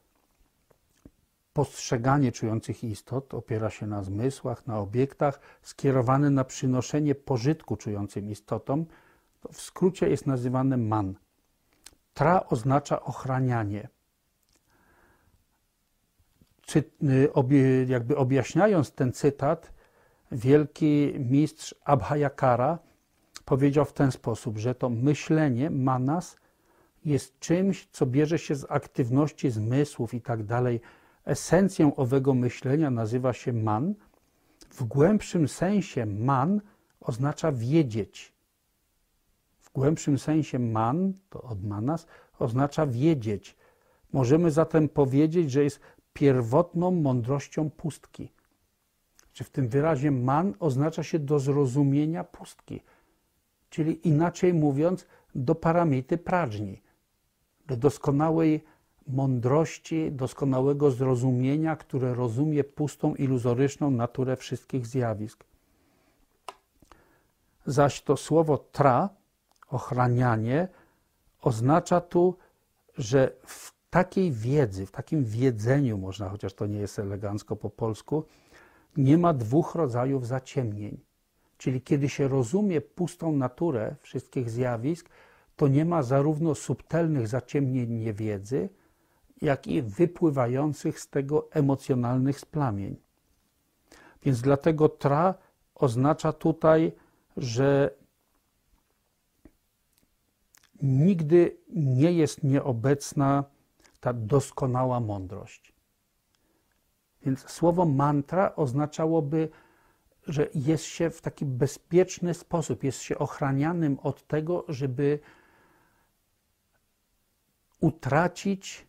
postrzeganie czujących istot, opiera się na zmysłach, na obiektach, skierowane na przynoszenie pożytku czującym istotom, to w skrócie jest nazywane man. Tra oznacza ochranianie. Czy, jakby objaśniając ten cytat, wielki mistrz Abhayakara powiedział w ten sposób, że to myślenie, manas, jest czymś, co bierze się z aktywności zmysłów i tak dalej. Esencją owego myślenia nazywa się man. W głębszym sensie man oznacza wiedzieć. W głębszym sensie man, to od manas, oznacza wiedzieć. Możemy zatem powiedzieć, że jest pierwotną mądrością pustki. Czy w tym wyrazie man oznacza się do zrozumienia pustki, czyli inaczej mówiąc do paramity pradżni, do doskonałej mądrości, doskonałego zrozumienia, które rozumie pustą, iluzoryczną naturę wszystkich zjawisk. Zaś to słowo tra, ochranianie, oznacza tu, że w takiej wiedzy, w takim wiedzeniu, można, chociaż to nie jest elegancko po polsku, nie ma dwóch rodzajów zaciemnień. Czyli kiedy się rozumie pustą naturę wszystkich zjawisk, to nie ma zarówno subtelnych zaciemnień niewiedzy, jak i wypływających z tego emocjonalnych splamień. Więc dlatego tra oznacza tutaj, że nigdy nie jest nieobecna ta doskonała mądrość. Więc słowo mantra oznaczałoby, że jest się w taki bezpieczny sposób, jest się ochranianym od tego, żeby utracić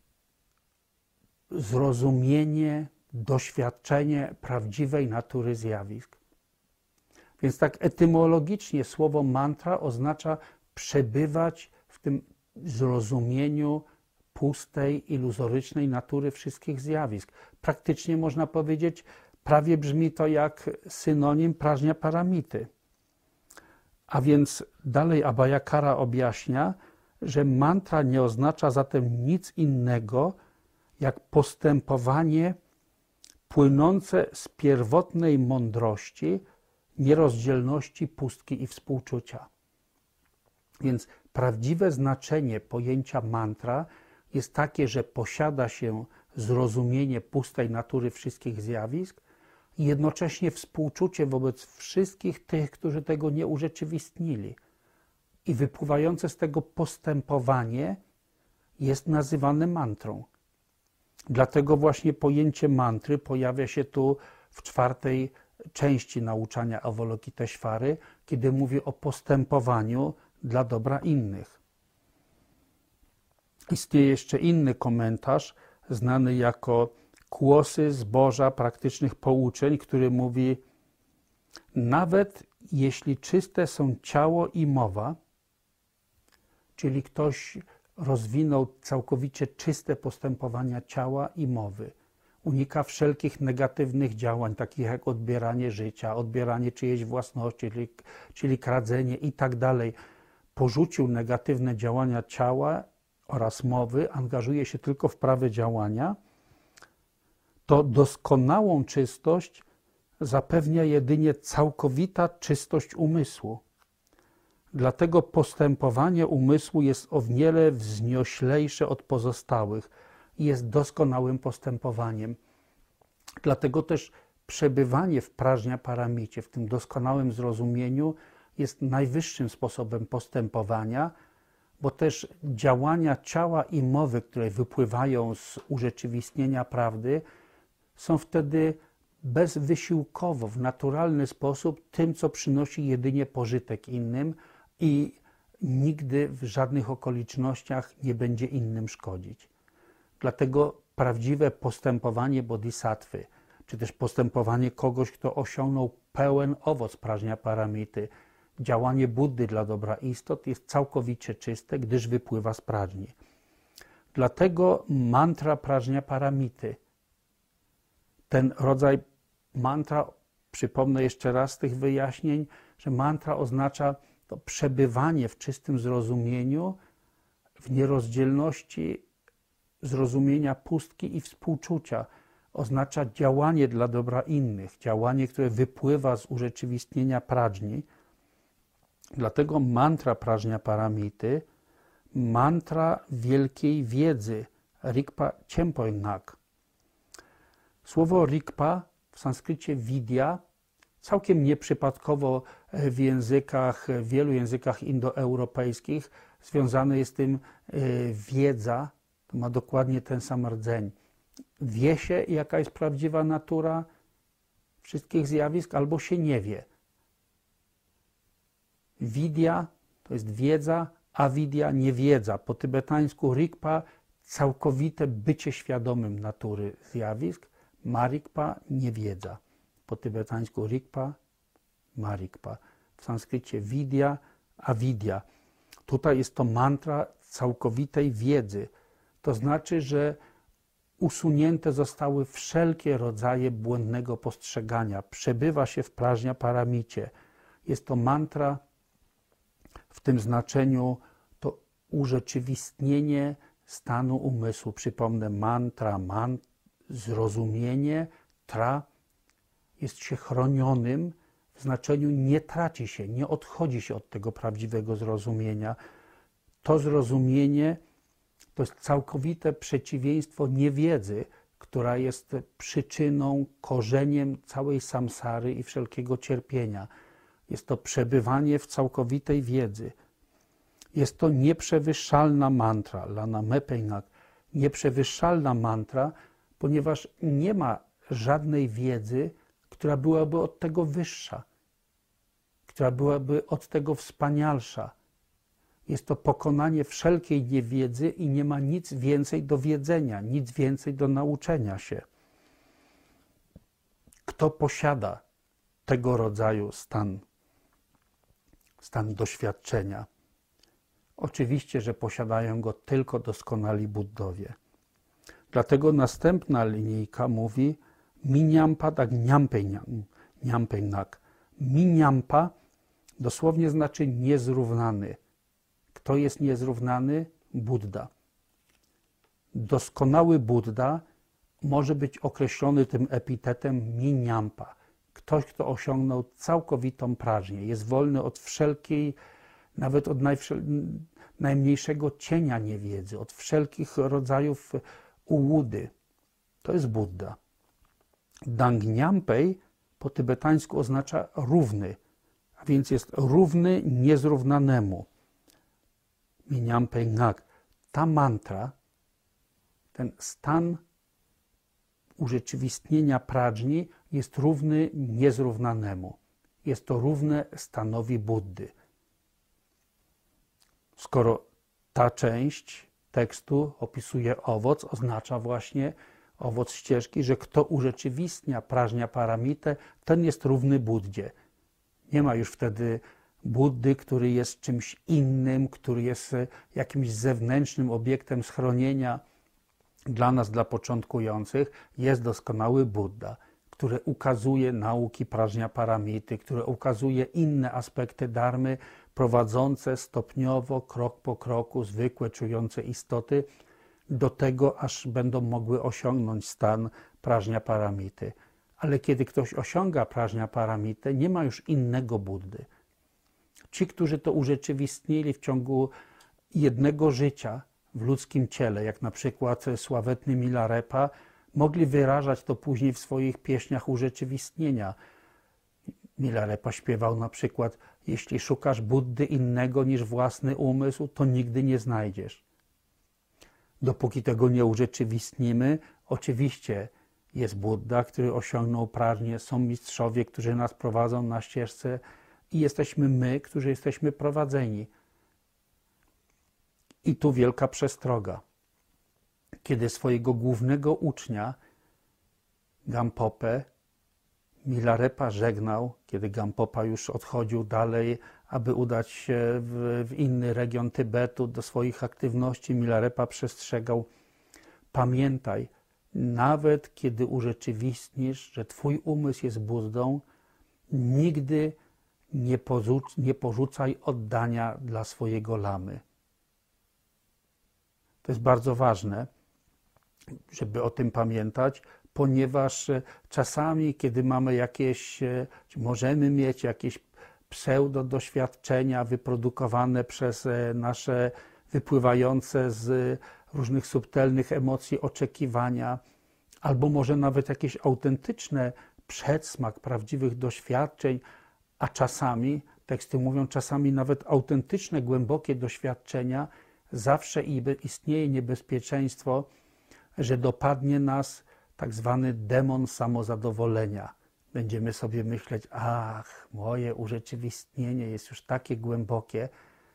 zrozumienie, doświadczenie prawdziwej natury zjawisk. Więc tak etymologicznie słowo mantra oznacza przebywać w tym zrozumieniu pustej, iluzorycznej natury wszystkich zjawisk. Praktycznie można powiedzieć, prawie brzmi to jak synonim prażnia paramity. A więc dalej Abhayakara objaśnia, że mantra nie oznacza zatem nic innego, jak postępowanie płynące z pierwotnej mądrości, nierozdzielności pustki i współczucia. Więc prawdziwe znaczenie pojęcia mantra jest takie, że posiada się zrozumienie pustej natury wszystkich zjawisk i jednocześnie współczucie wobec wszystkich tych, którzy tego nie urzeczywistnili. I wypływające z tego postępowanie jest nazywane mantrą. Dlatego właśnie pojęcie mantry pojawia się tu w czwartej części nauczania Avalokiteshvary, kiedy mówi o postępowaniu dla dobra innych. Istnieje jeszcze inny komentarz, znany jako Kłosy zboża praktycznych pouczeń, który mówi: nawet jeśli czyste są ciało i mowa, czyli ktoś rozwinął całkowicie czyste postępowania ciała i mowy, unika wszelkich negatywnych działań, takich jak odbieranie życia, odbieranie czyjejś własności, czyli, czyli kradzenie i tak dalej, porzucił negatywne działania ciała oraz mowy, angażuje się tylko w prawe działania, to doskonałą czystość zapewnia jedynie całkowita czystość umysłu. Dlatego postępowanie umysłu jest o wiele wznioślejsze od pozostałych i jest doskonałym postępowaniem. Dlatego też przebywanie w prażnia paramicie, w tym doskonałym zrozumieniu, jest najwyższym sposobem postępowania, bo też działania ciała i mowy, które wypływają z urzeczywistnienia prawdy, są wtedy bezwysiłkowo, w naturalny sposób tym, co przynosi jedynie pożytek innym i nigdy w żadnych okolicznościach nie będzie innym szkodzić. Dlatego prawdziwe postępowanie bodhisattwy, czy też postępowanie kogoś, kto osiągnął pełen owoc prażnia paramity, działanie Buddy dla dobra istot jest całkowicie czyste, gdyż wypływa z prażni. Dlatego mantra prażnia paramity, ten rodzaj mantra, przypomnę jeszcze raz z tych wyjaśnień, że mantra oznacza to przebywanie w czystym zrozumieniu, w nierozdzielności zrozumienia pustki i współczucia. Oznacza działanie dla dobra innych, działanie, które wypływa z urzeczywistnienia prażni. Dlatego mantra prażnia paramity, mantra wielkiej wiedzy, Rigpa Chenpoinak. Słowo Rigpa w sanskrycie vidya, całkiem nieprzypadkowo w językach, w wielu językach indoeuropejskich związane jest z tym wiedza, to ma dokładnie ten sam rdzeń. Wie się, jaka jest prawdziwa natura wszystkich zjawisk, albo się nie wie. Vidya to jest wiedza, avidya niewiedza. Po tybetańsku Rigpa całkowite bycie świadomym natury zjawisk, Marikpa niewiedza. Po tybetańsku Rigpa, Marikpa. W sanskrycie Vidya, avidya. Tutaj jest to mantra całkowitej wiedzy. To znaczy, że usunięte zostały wszelkie rodzaje błędnego postrzegania. Przebywa się w prażnia paramicie. Jest to mantra w tym znaczeniu to urzeczywistnienie stanu umysłu. Przypomnę, mantra, man, zrozumienie, tra jest się chronionym, w znaczeniu nie traci się, nie odchodzi się od tego prawdziwego zrozumienia. To zrozumienie to jest całkowite przeciwieństwo niewiedzy, która jest przyczyną, korzeniem całej samsary i wszelkiego cierpienia. Jest to przebywanie w całkowitej wiedzy. Jest to nieprzewyższalna mantra, Lana Mepeinak, nieprzewyższalna mantra, ponieważ nie ma żadnej wiedzy, która byłaby od tego wyższa, która byłaby od tego wspanialsza. Jest to pokonanie wszelkiej niewiedzy i nie ma nic więcej do wiedzenia, nic więcej do nauczenia się. Kto posiada tego rodzaju stan, stan doświadczenia? Oczywiście, że posiadają go tylko doskonali Buddowie. Dlatego następna linijka mówi Minyampa tak Nyampenak. Minyampa dosłownie znaczy niezrównany. Kto jest niezrównany? Buddha. Doskonały Buddha może być określony tym epitetem Minyampa. Ktoś, kto osiągnął całkowitą prażnię, jest wolny od wszelkiej, nawet od najmniejszego cienia niewiedzy, od wszelkich rodzajów ułudy. To jest Buddha. Dangnyampei po tybetańsku oznacza równy, a więc jest równy niezrównanemu. Minyampenak. Ta mantra, ten stan urzeczywistnienia prażni jest równy niezrównanemu. Jest to równe stanowi Buddy. Skoro ta część tekstu opisuje owoc, oznacza właśnie owoc ścieżki, że kto urzeczywistnia prażnia paramitę, ten jest równy Buddzie. Nie ma już wtedy Buddy, który jest czymś innym, który jest jakimś zewnętrznym obiektem schronienia dla nas, dla początkujących. Jest doskonały Buddha, który ukazuje nauki prażnia paramity, który ukazuje inne aspekty dharmy, prowadzące stopniowo, krok po kroku, zwykłe, czujące istoty do tego, aż będą mogły osiągnąć stan prażnia paramity. Ale kiedy ktoś osiąga prażnia paramity, nie ma już innego Buddy. Ci, którzy to urzeczywistnili w ciągu jednego życia w ludzkim ciele, jak na przykład sławetny Milarepa, mogli wyrażać to później w swoich pieśniach urzeczywistnienia. Milarepa śpiewał na przykład Jeśli szukasz Buddy innego niż własny umysł, to nigdy nie znajdziesz. Dopóki tego nie urzeczywistnimy, oczywiście jest Budda, który osiągnął pragnienie, są mistrzowie, którzy nas prowadzą na ścieżce i jesteśmy my, którzy jesteśmy prowadzeni. I tu wielka przestroga. Kiedy swojego głównego ucznia, Gampopę, Milarepa żegnał, kiedy Gampopa już odchodził dalej, aby udać się w, w inny region Tybetu do swoich aktywności, Milarepa przestrzegał: pamiętaj, nawet kiedy urzeczywistnisz, że twój umysł jest Buddą, nigdy nie, porzuc nie porzucaj oddania dla swojego lamy. To jest bardzo ważne, żeby o tym pamiętać, ponieważ czasami, kiedy mamy jakieś, możemy mieć jakieś pseudo doświadczenia wyprodukowane przez nasze wypływające z różnych subtelnych emocji oczekiwania, albo może nawet jakieś autentyczne przedsmak prawdziwych doświadczeń, a czasami, teksty mówią, czasami nawet autentyczne, głębokie doświadczenia, zawsze istnieje niebezpieczeństwo, że dopadnie nas tak zwany demon samozadowolenia. Będziemy sobie myśleć: ach, moje urzeczywistnienie jest już takie głębokie.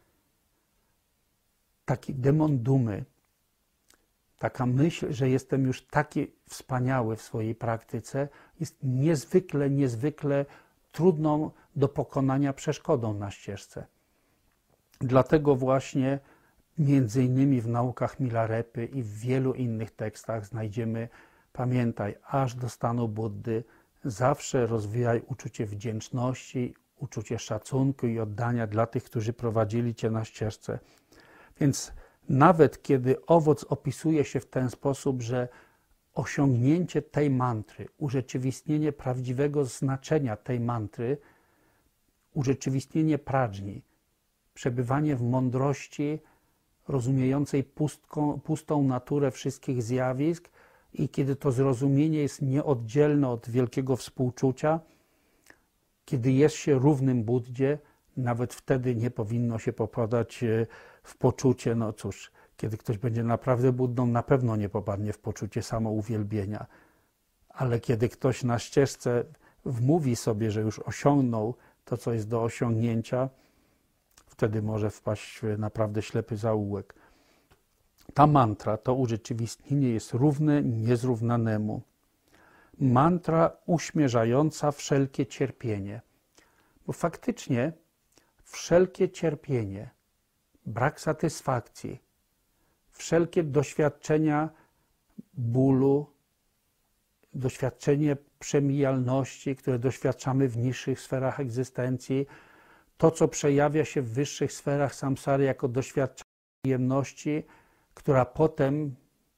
Taki demon dumy, taka myśl, że jestem już taki wspaniały w swojej praktyce, jest niezwykle, niezwykle trudną do pokonania przeszkodą na ścieżce. Dlatego właśnie między innymi w naukach Milarepy i w wielu innych tekstach znajdziemy: pamiętaj, aż do stanu Buddy zawsze rozwijaj uczucie wdzięczności, uczucie szacunku i oddania dla tych, którzy prowadzili cię na ścieżce. Więc nawet kiedy owoc opisuje się w ten sposób, że osiągnięcie tej mantry, urzeczywistnienie prawdziwego znaczenia tej mantry, urzeczywistnienie pradżni, przebywanie w mądrości rozumiejącej pustką, pustą naturę wszystkich zjawisk, i kiedy to zrozumienie jest nieoddzielne od wielkiego współczucia, kiedy jest się równym Buddzie, nawet wtedy nie powinno się popadać w poczucie, no cóż, kiedy ktoś będzie naprawdę Buddą, na pewno nie popadnie w poczucie samouwielbienia. Ale kiedy ktoś na ścieżce wmówi sobie, że już osiągnął to, co jest do osiągnięcia, wtedy może wpaść w naprawdę ślepy zaułek. Ta mantra, to urzeczywistnienie jest równe niezrównanemu. Mantra uśmierzająca wszelkie cierpienie. Bo faktycznie wszelkie cierpienie, brak satysfakcji, wszelkie doświadczenia bólu, doświadczenie przemijalności, które doświadczamy w niższych sferach egzystencji, to, co przejawia się w wyższych sferach samsary jako doświadczenie przyjemności, która potem,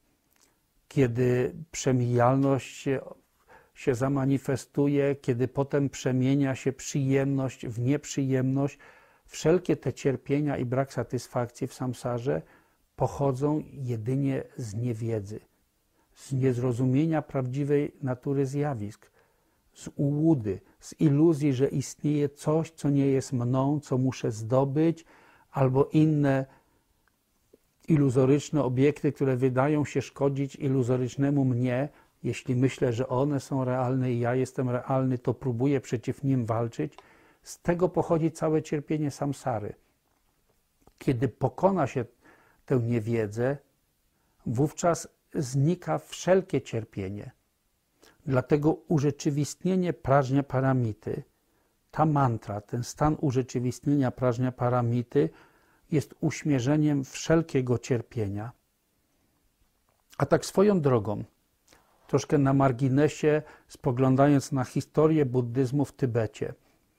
kiedy przemijalność się, się zamanifestuje, kiedy potem przemienia się przyjemność w nieprzyjemność, wszelkie te cierpienia i brak satysfakcji w samsarze pochodzą jedynie z niewiedzy, z niezrozumienia prawdziwej natury zjawisk, z ułudy, z iluzji, że istnieje coś, co nie jest mną, co muszę zdobyć, albo inne iluzoryczne obiekty, które wydają się szkodzić iluzorycznemu mnie. Jeśli myślę, że one są realne i ja jestem realny, to próbuję przeciw nim walczyć. Z tego pochodzi całe cierpienie samsary. Kiedy pokona się tę niewiedzę, wówczas znika wszelkie cierpienie. Dlatego urzeczywistnienie prażnia paramity, ta mantra, ten stan urzeczywistnienia prażnia paramity jest uśmierzeniem wszelkiego cierpienia. A tak swoją drogą, troszkę na marginesie, spoglądając na historię buddyzmu w Tybecie,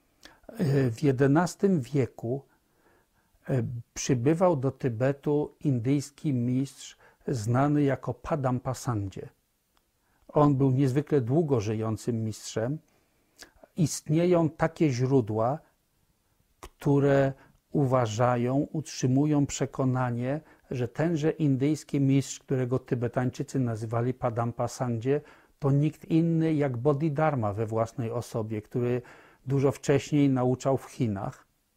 w jedenastym wieku przybywał do Tybetu indyjski mistrz znany jako Padampa Sangye. On był niezwykle długo żyjącym mistrzem. Istnieją takie źródła, które uważają, utrzymują przekonanie, że tenże indyjski mistrz, którego Tybetańczycy nazywali Padampa Sangye, to nikt inny jak Bodhidharma we własnej osobie, który dużo wcześniej nauczał w Chinach.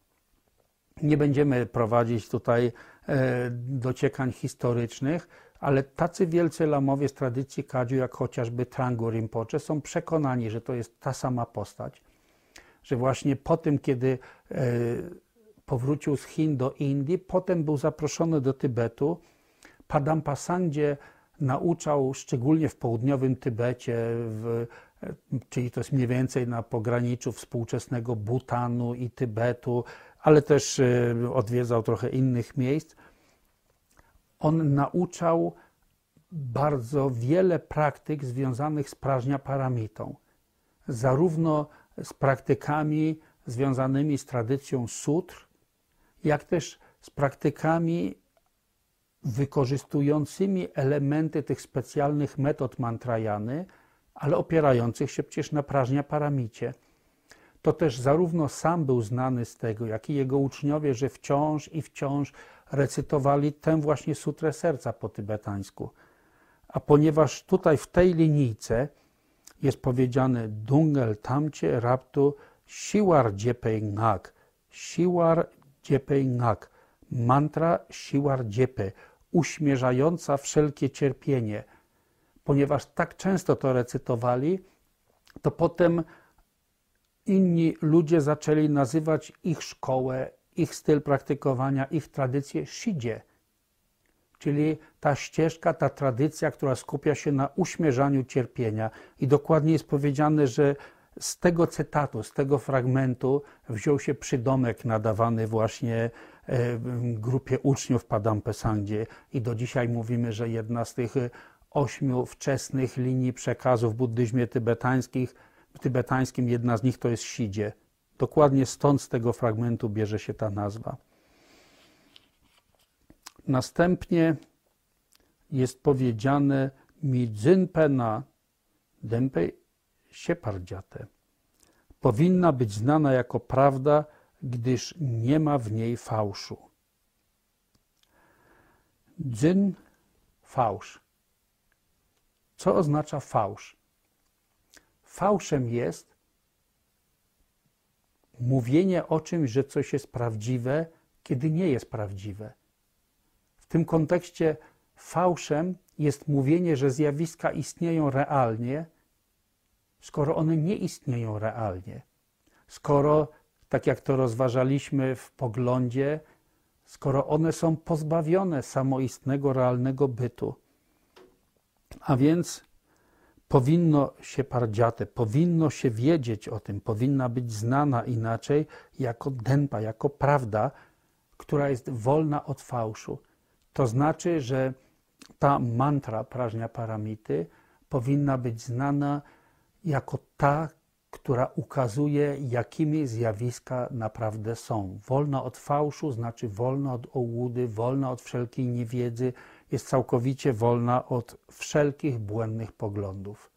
Nie będziemy prowadzić tutaj dociekań historycznych, ale tacy wielcy lamowie z tradycji Kadziu, jak chociażby Trangu Rinpoche, są przekonani, że to jest ta sama postać. Że właśnie po tym, kiedy powrócił z Chin do Indii, potem był zaproszony do Tybetu. Padampa Sangye nauczał, szczególnie w południowym Tybecie, w, czyli to jest mniej więcej na pograniczu współczesnego Bhutanu i Tybetu, ale też odwiedzał trochę innych miejsc. On nauczał bardzo wiele praktyk związanych z prażniaparamitą. Zarówno z praktykami związanymi z tradycją sutr, jak też z praktykami wykorzystującymi elementy tych specjalnych metod mantrajany, ale opierających się przecież na prażniaparamicie. To też zarówno sam był znany z tego, jak i jego uczniowie, że wciąż i wciąż recytowali tę właśnie sutrę serca po tybetańsku. A ponieważ tutaj w tej linijce jest powiedziane Dungel Tamcie Raptu Siwar Djepe Ngak, Siwar Djepe Ngak, mantra Siwar Djepe, uśmierzająca wszelkie cierpienie. Ponieważ tak często to recytowali, to potem inni ludzie zaczęli nazywać ich szkołę, ich styl praktykowania, ich tradycję Shidzie, czyli ta ścieżka, ta tradycja, która skupia się na uśmierzaniu cierpienia. I dokładnie jest powiedziane, że z tego cytatu, z tego fragmentu wziął się przydomek nadawany właśnie grupie uczniów Padampa Sangye i do dzisiaj mówimy, że jedna z tych ośmiu wczesnych linii przekazu w buddyzmie tybetańskich, tybetańskim, jedna z nich to jest Shidzie. Dokładnie stąd z tego fragmentu bierze się ta nazwa. Następnie jest powiedziane Midzynpena Dempe Siepardziate. Powinna być znana jako prawda, gdyż nie ma w niej fałszu. Dzyn, fałsz. Co oznacza fałsz? Fałszem jest mówienie o czymś, że coś jest prawdziwe, kiedy nie jest prawdziwe. W tym kontekście fałszem jest mówienie, że zjawiska istnieją realnie, skoro one nie istnieją realnie. Skoro, tak jak to rozważaliśmy w poglądzie, skoro one są pozbawione samoistnego, realnego bytu. A więc powinno się pardziate, powinno się wiedzieć o tym, powinna być znana inaczej jako denpa, jako prawda, która jest wolna od fałszu. To znaczy, że ta mantra prażniaparamity powinna być znana jako ta, która ukazuje, jakimi zjawiska naprawdę są. Wolna od fałszu znaczy wolna od ołudy, wolna od wszelkiej niewiedzy, jest całkowicie wolna od wszelkich błędnych poglądów.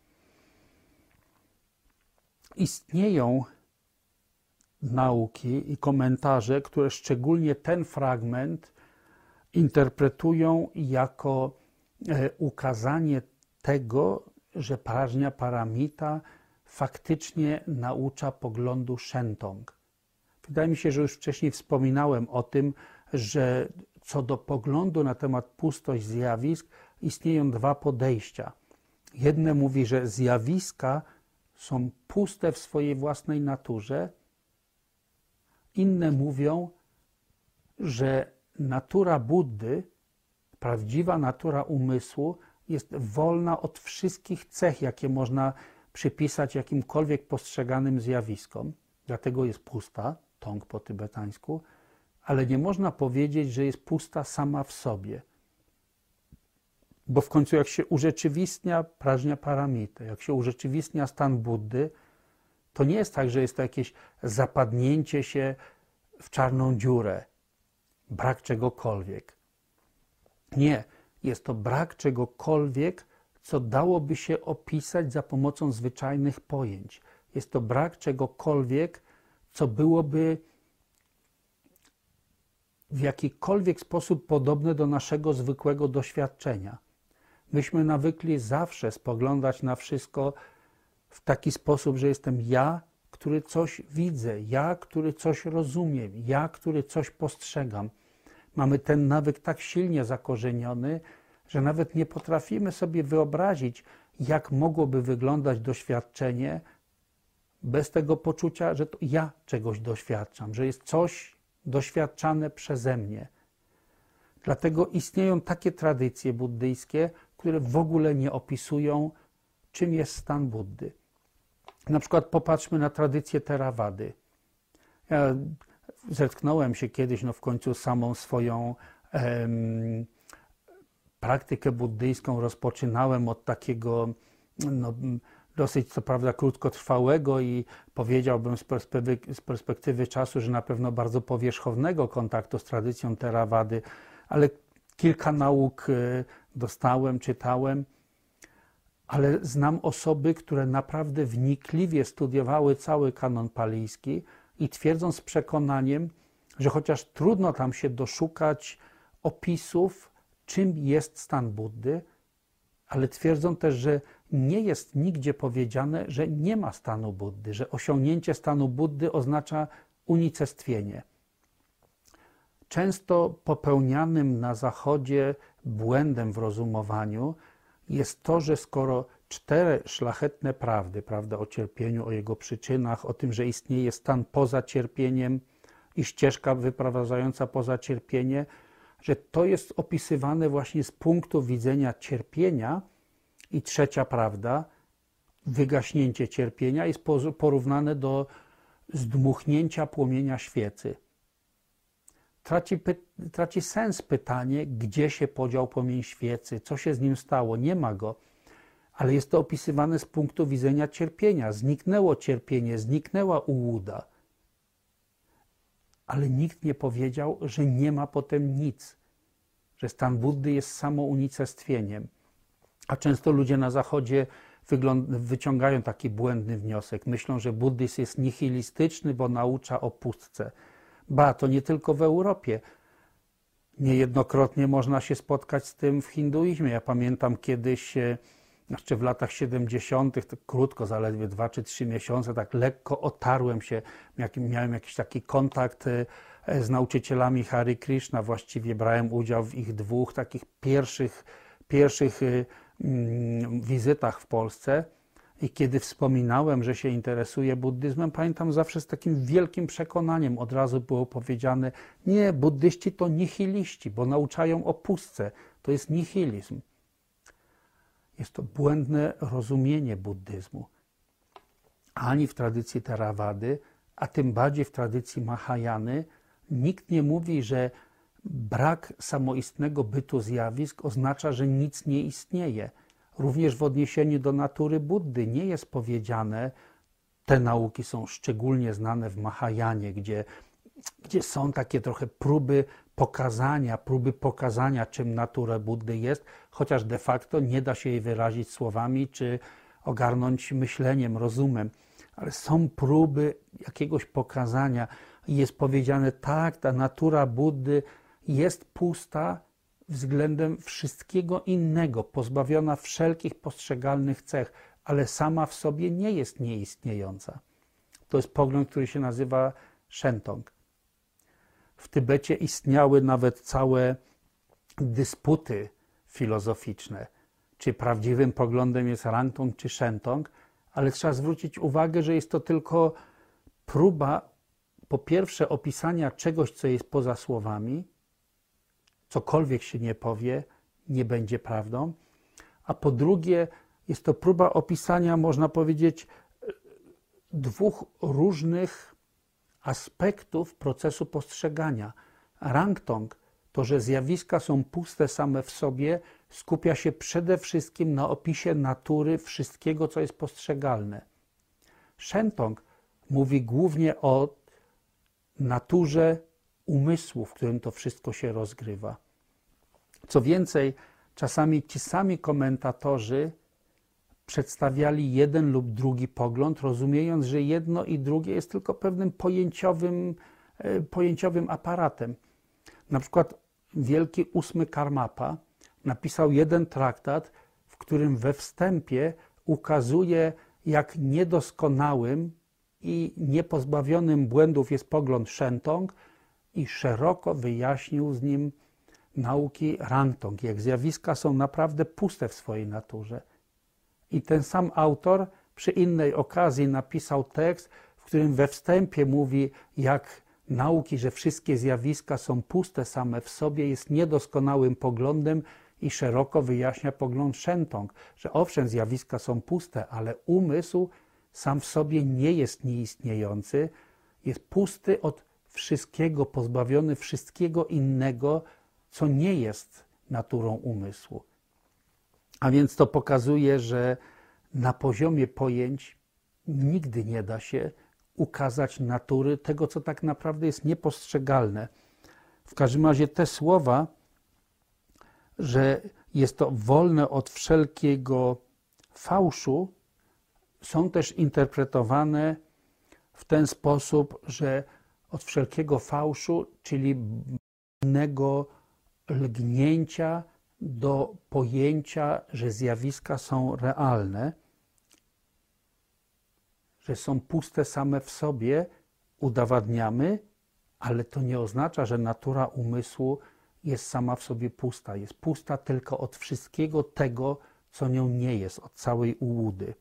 Istnieją nauki i komentarze, które szczególnie ten fragment interpretują jako ukazanie tego, że prażniaparamita faktycznie naucza poglądu Shentong. Wydaje mi się, że już wcześniej wspominałem o tym, że co do poglądu na temat pustość zjawisk istnieją dwa podejścia. Jedne mówi, że zjawiska są puste w swojej własnej naturze. Inne mówią, że natura Buddy, prawdziwa natura umysłu jest wolna od wszystkich cech, jakie można przypisać jakimkolwiek postrzeganym zjawiskom. Dlatego jest pusta, tong po tybetańsku, ale nie można powiedzieć, że jest pusta sama w sobie. Bo w końcu jak się urzeczywistnia prażniaparamita, jak się urzeczywistnia stan Buddy, to nie jest tak, że jest to jakieś zapadnięcie się w czarną dziurę, brak czegokolwiek. Nie, jest to brak czegokolwiek, co dałoby się opisać za pomocą zwyczajnych pojęć. Jest to brak czegokolwiek, co byłoby w jakikolwiek sposób podobne do naszego zwykłego doświadczenia. Myśmy nawykli zawsze spoglądać na wszystko w taki sposób, że jestem ja, który coś widzę, ja, który coś rozumiem, ja, który coś postrzegam. Mamy ten nawyk tak silnie zakorzeniony, że nawet nie potrafimy sobie wyobrazić, jak mogłoby wyglądać doświadczenie bez tego poczucia, że to ja czegoś doświadczam, że jest coś doświadczane przeze mnie. Dlatego istnieją takie tradycje buddyjskie, które w ogóle nie opisują, czym jest stan Buddy. Na przykład popatrzmy na tradycję Theravady. Ja zetknąłem się kiedyś, no w końcu samą swoją em, praktykę buddyjską rozpoczynałem od takiego no, dosyć co prawda krótkotrwałego i powiedziałbym z perspektywy, z perspektywy czasu, że na pewno bardzo powierzchownego kontaktu z tradycją Theravady, ale kilka nauk dostałem, czytałem, ale znam osoby, które naprawdę wnikliwie studiowały cały kanon palijski i twierdzą z przekonaniem, że chociaż trudno tam się doszukać opisów, czym jest stan Buddy, ale twierdzą też, że nie jest nigdzie powiedziane, że nie ma stanu Buddy, że osiągnięcie stanu Buddy oznacza unicestwienie. Często popełnianym na Zachodzie błędem w rozumowaniu jest to, że skoro cztery szlachetne prawdy, prawda o cierpieniu, o jego przyczynach, o tym, że istnieje stan poza cierpieniem i ścieżka wyprowadzająca poza cierpienie, że to jest opisywane właśnie z punktu widzenia cierpienia i trzecia prawda, wygaśnięcie cierpienia jest porównane do zdmuchnięcia płomienia świecy. Traci, traci sens pytanie, gdzie się podział płomień świecy, co się z nim stało, nie ma go. Ale jest to opisywane z punktu widzenia cierpienia. Zniknęło cierpienie, zniknęła ułuda. Ale nikt nie powiedział, że nie ma potem nic, że stan Buddy jest samo unicestwieniem. A często ludzie na Zachodzie wyciągają taki błędny wniosek. Myślą, że buddyzm jest nihilistyczny, bo naucza o pustce. Ba, to nie tylko w Europie. Niejednokrotnie można się spotkać z tym w hinduizmie. Ja pamiętam kiedyś, jeszcze w latach siedemdziesiątych, tak krótko, zaledwie dwa czy trzy miesiące, tak lekko otarłem się, miałem jakiś taki kontakt z nauczycielami Hare Krishna, właściwie brałem udział w ich dwóch takich pierwszych, pierwszych wizytach w Polsce. I kiedy wspominałem, że się interesuję buddyzmem, pamiętam zawsze z takim wielkim przekonaniem od razu było powiedziane: nie, buddyści to nihiliści, bo nauczają o pustce. To jest nihilizm. Jest to błędne rozumienie buddyzmu. Ani w tradycji Theravady, a tym bardziej w tradycji Mahajany, nikt nie mówi, że brak samoistnego bytu zjawisk oznacza, że nic nie istnieje. Również w odniesieniu do natury Buddy nie jest powiedziane, te nauki są szczególnie znane w Mahajanie, gdzie, gdzie są takie trochę próby pokazania, próby pokazania, czym natura Buddy jest, chociaż de facto nie da się jej wyrazić słowami, czy ogarnąć myśleniem, rozumem. Ale są próby jakiegoś pokazania i jest powiedziane, tak, ta natura Buddy jest pusta względem wszystkiego innego, pozbawiona wszelkich postrzegalnych cech, ale sama w sobie nie jest nieistniejąca. To jest pogląd, który się nazywa Shentong. W Tybecie istniały nawet całe dysputy filozoficzne, czy prawdziwym poglądem jest Rangtong czy Shentong, ale trzeba zwrócić uwagę, że jest to tylko próba, po pierwsze, opisania czegoś, co jest poza słowami, cokolwiek się nie powie, nie będzie prawdą, a po drugie, jest to próba opisania, można powiedzieć, dwóch różnych aspektów procesu postrzegania. Rangtong, to, że zjawiska są puste same w sobie, skupia się przede wszystkim na opisie natury wszystkiego, co jest postrzegalne. Shentong mówi głównie o naturze umysłu, w którym to wszystko się rozgrywa. Co więcej, czasami ci sami komentatorzy przedstawiali jeden lub drugi pogląd, rozumiejąc, że jedno i drugie jest tylko pewnym pojęciowym, pojęciowym aparatem. Na przykład wielki ósmy Karmapa napisał jeden traktat, w którym we wstępie ukazuje, jak niedoskonałym i niepozbawionym błędów jest pogląd Shentung i szeroko wyjaśnił z nim nauki Rangtong, jak zjawiska są naprawdę puste w swojej naturze. I ten sam autor przy innej okazji napisał tekst, w którym we wstępie mówi, jak nauki, że wszystkie zjawiska są puste same w sobie, jest niedoskonałym poglądem i szeroko wyjaśnia pogląd Shentung, że owszem, zjawiska są puste, ale umysł sam w sobie nie jest nieistniejący, jest pusty od wszystkiego, pozbawiony wszystkiego innego, co nie jest naturą umysłu. A więc to pokazuje, że na poziomie pojęć nigdy nie da się ukazać natury tego, co tak naprawdę jest niepostrzegalne. W każdym razie te słowa, że jest to wolne od wszelkiego fałszu, są też interpretowane w ten sposób, że od wszelkiego fałszu, czyli innego lgnięcia do pojęcia, że zjawiska są realne, że są puste same w sobie, udowadniamy, ale to nie oznacza, że natura umysłu jest sama w sobie pusta. Jest pusta tylko od wszystkiego tego, co nią nie jest, od całej ułudy.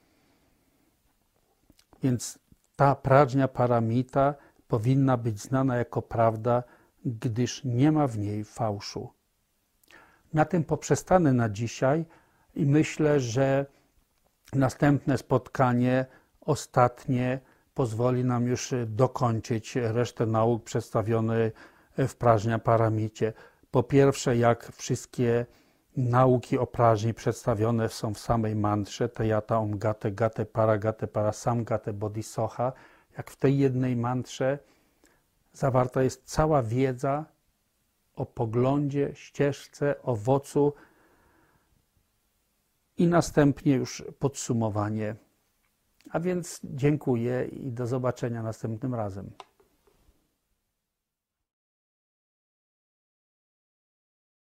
Więc ta prajna paramita powinna być znana jako prawda, gdyż nie ma w niej fałszu. Na tym poprzestanę na dzisiaj i myślę, że następne spotkanie, ostatnie, pozwoli nam już dokończyć resztę nauk przedstawionych w prajna paramicie. Po pierwsze, jak wszystkie nauki o prażni przedstawione są w samej mantrze, Tejata Om Gate Gate Paragate Parasamgate Bodhisoha, jak w tej jednej mantrze zawarta jest cała wiedza o poglądzie, ścieżce, owocu i następnie już podsumowanie. A więc dziękuję i do zobaczenia następnym razem.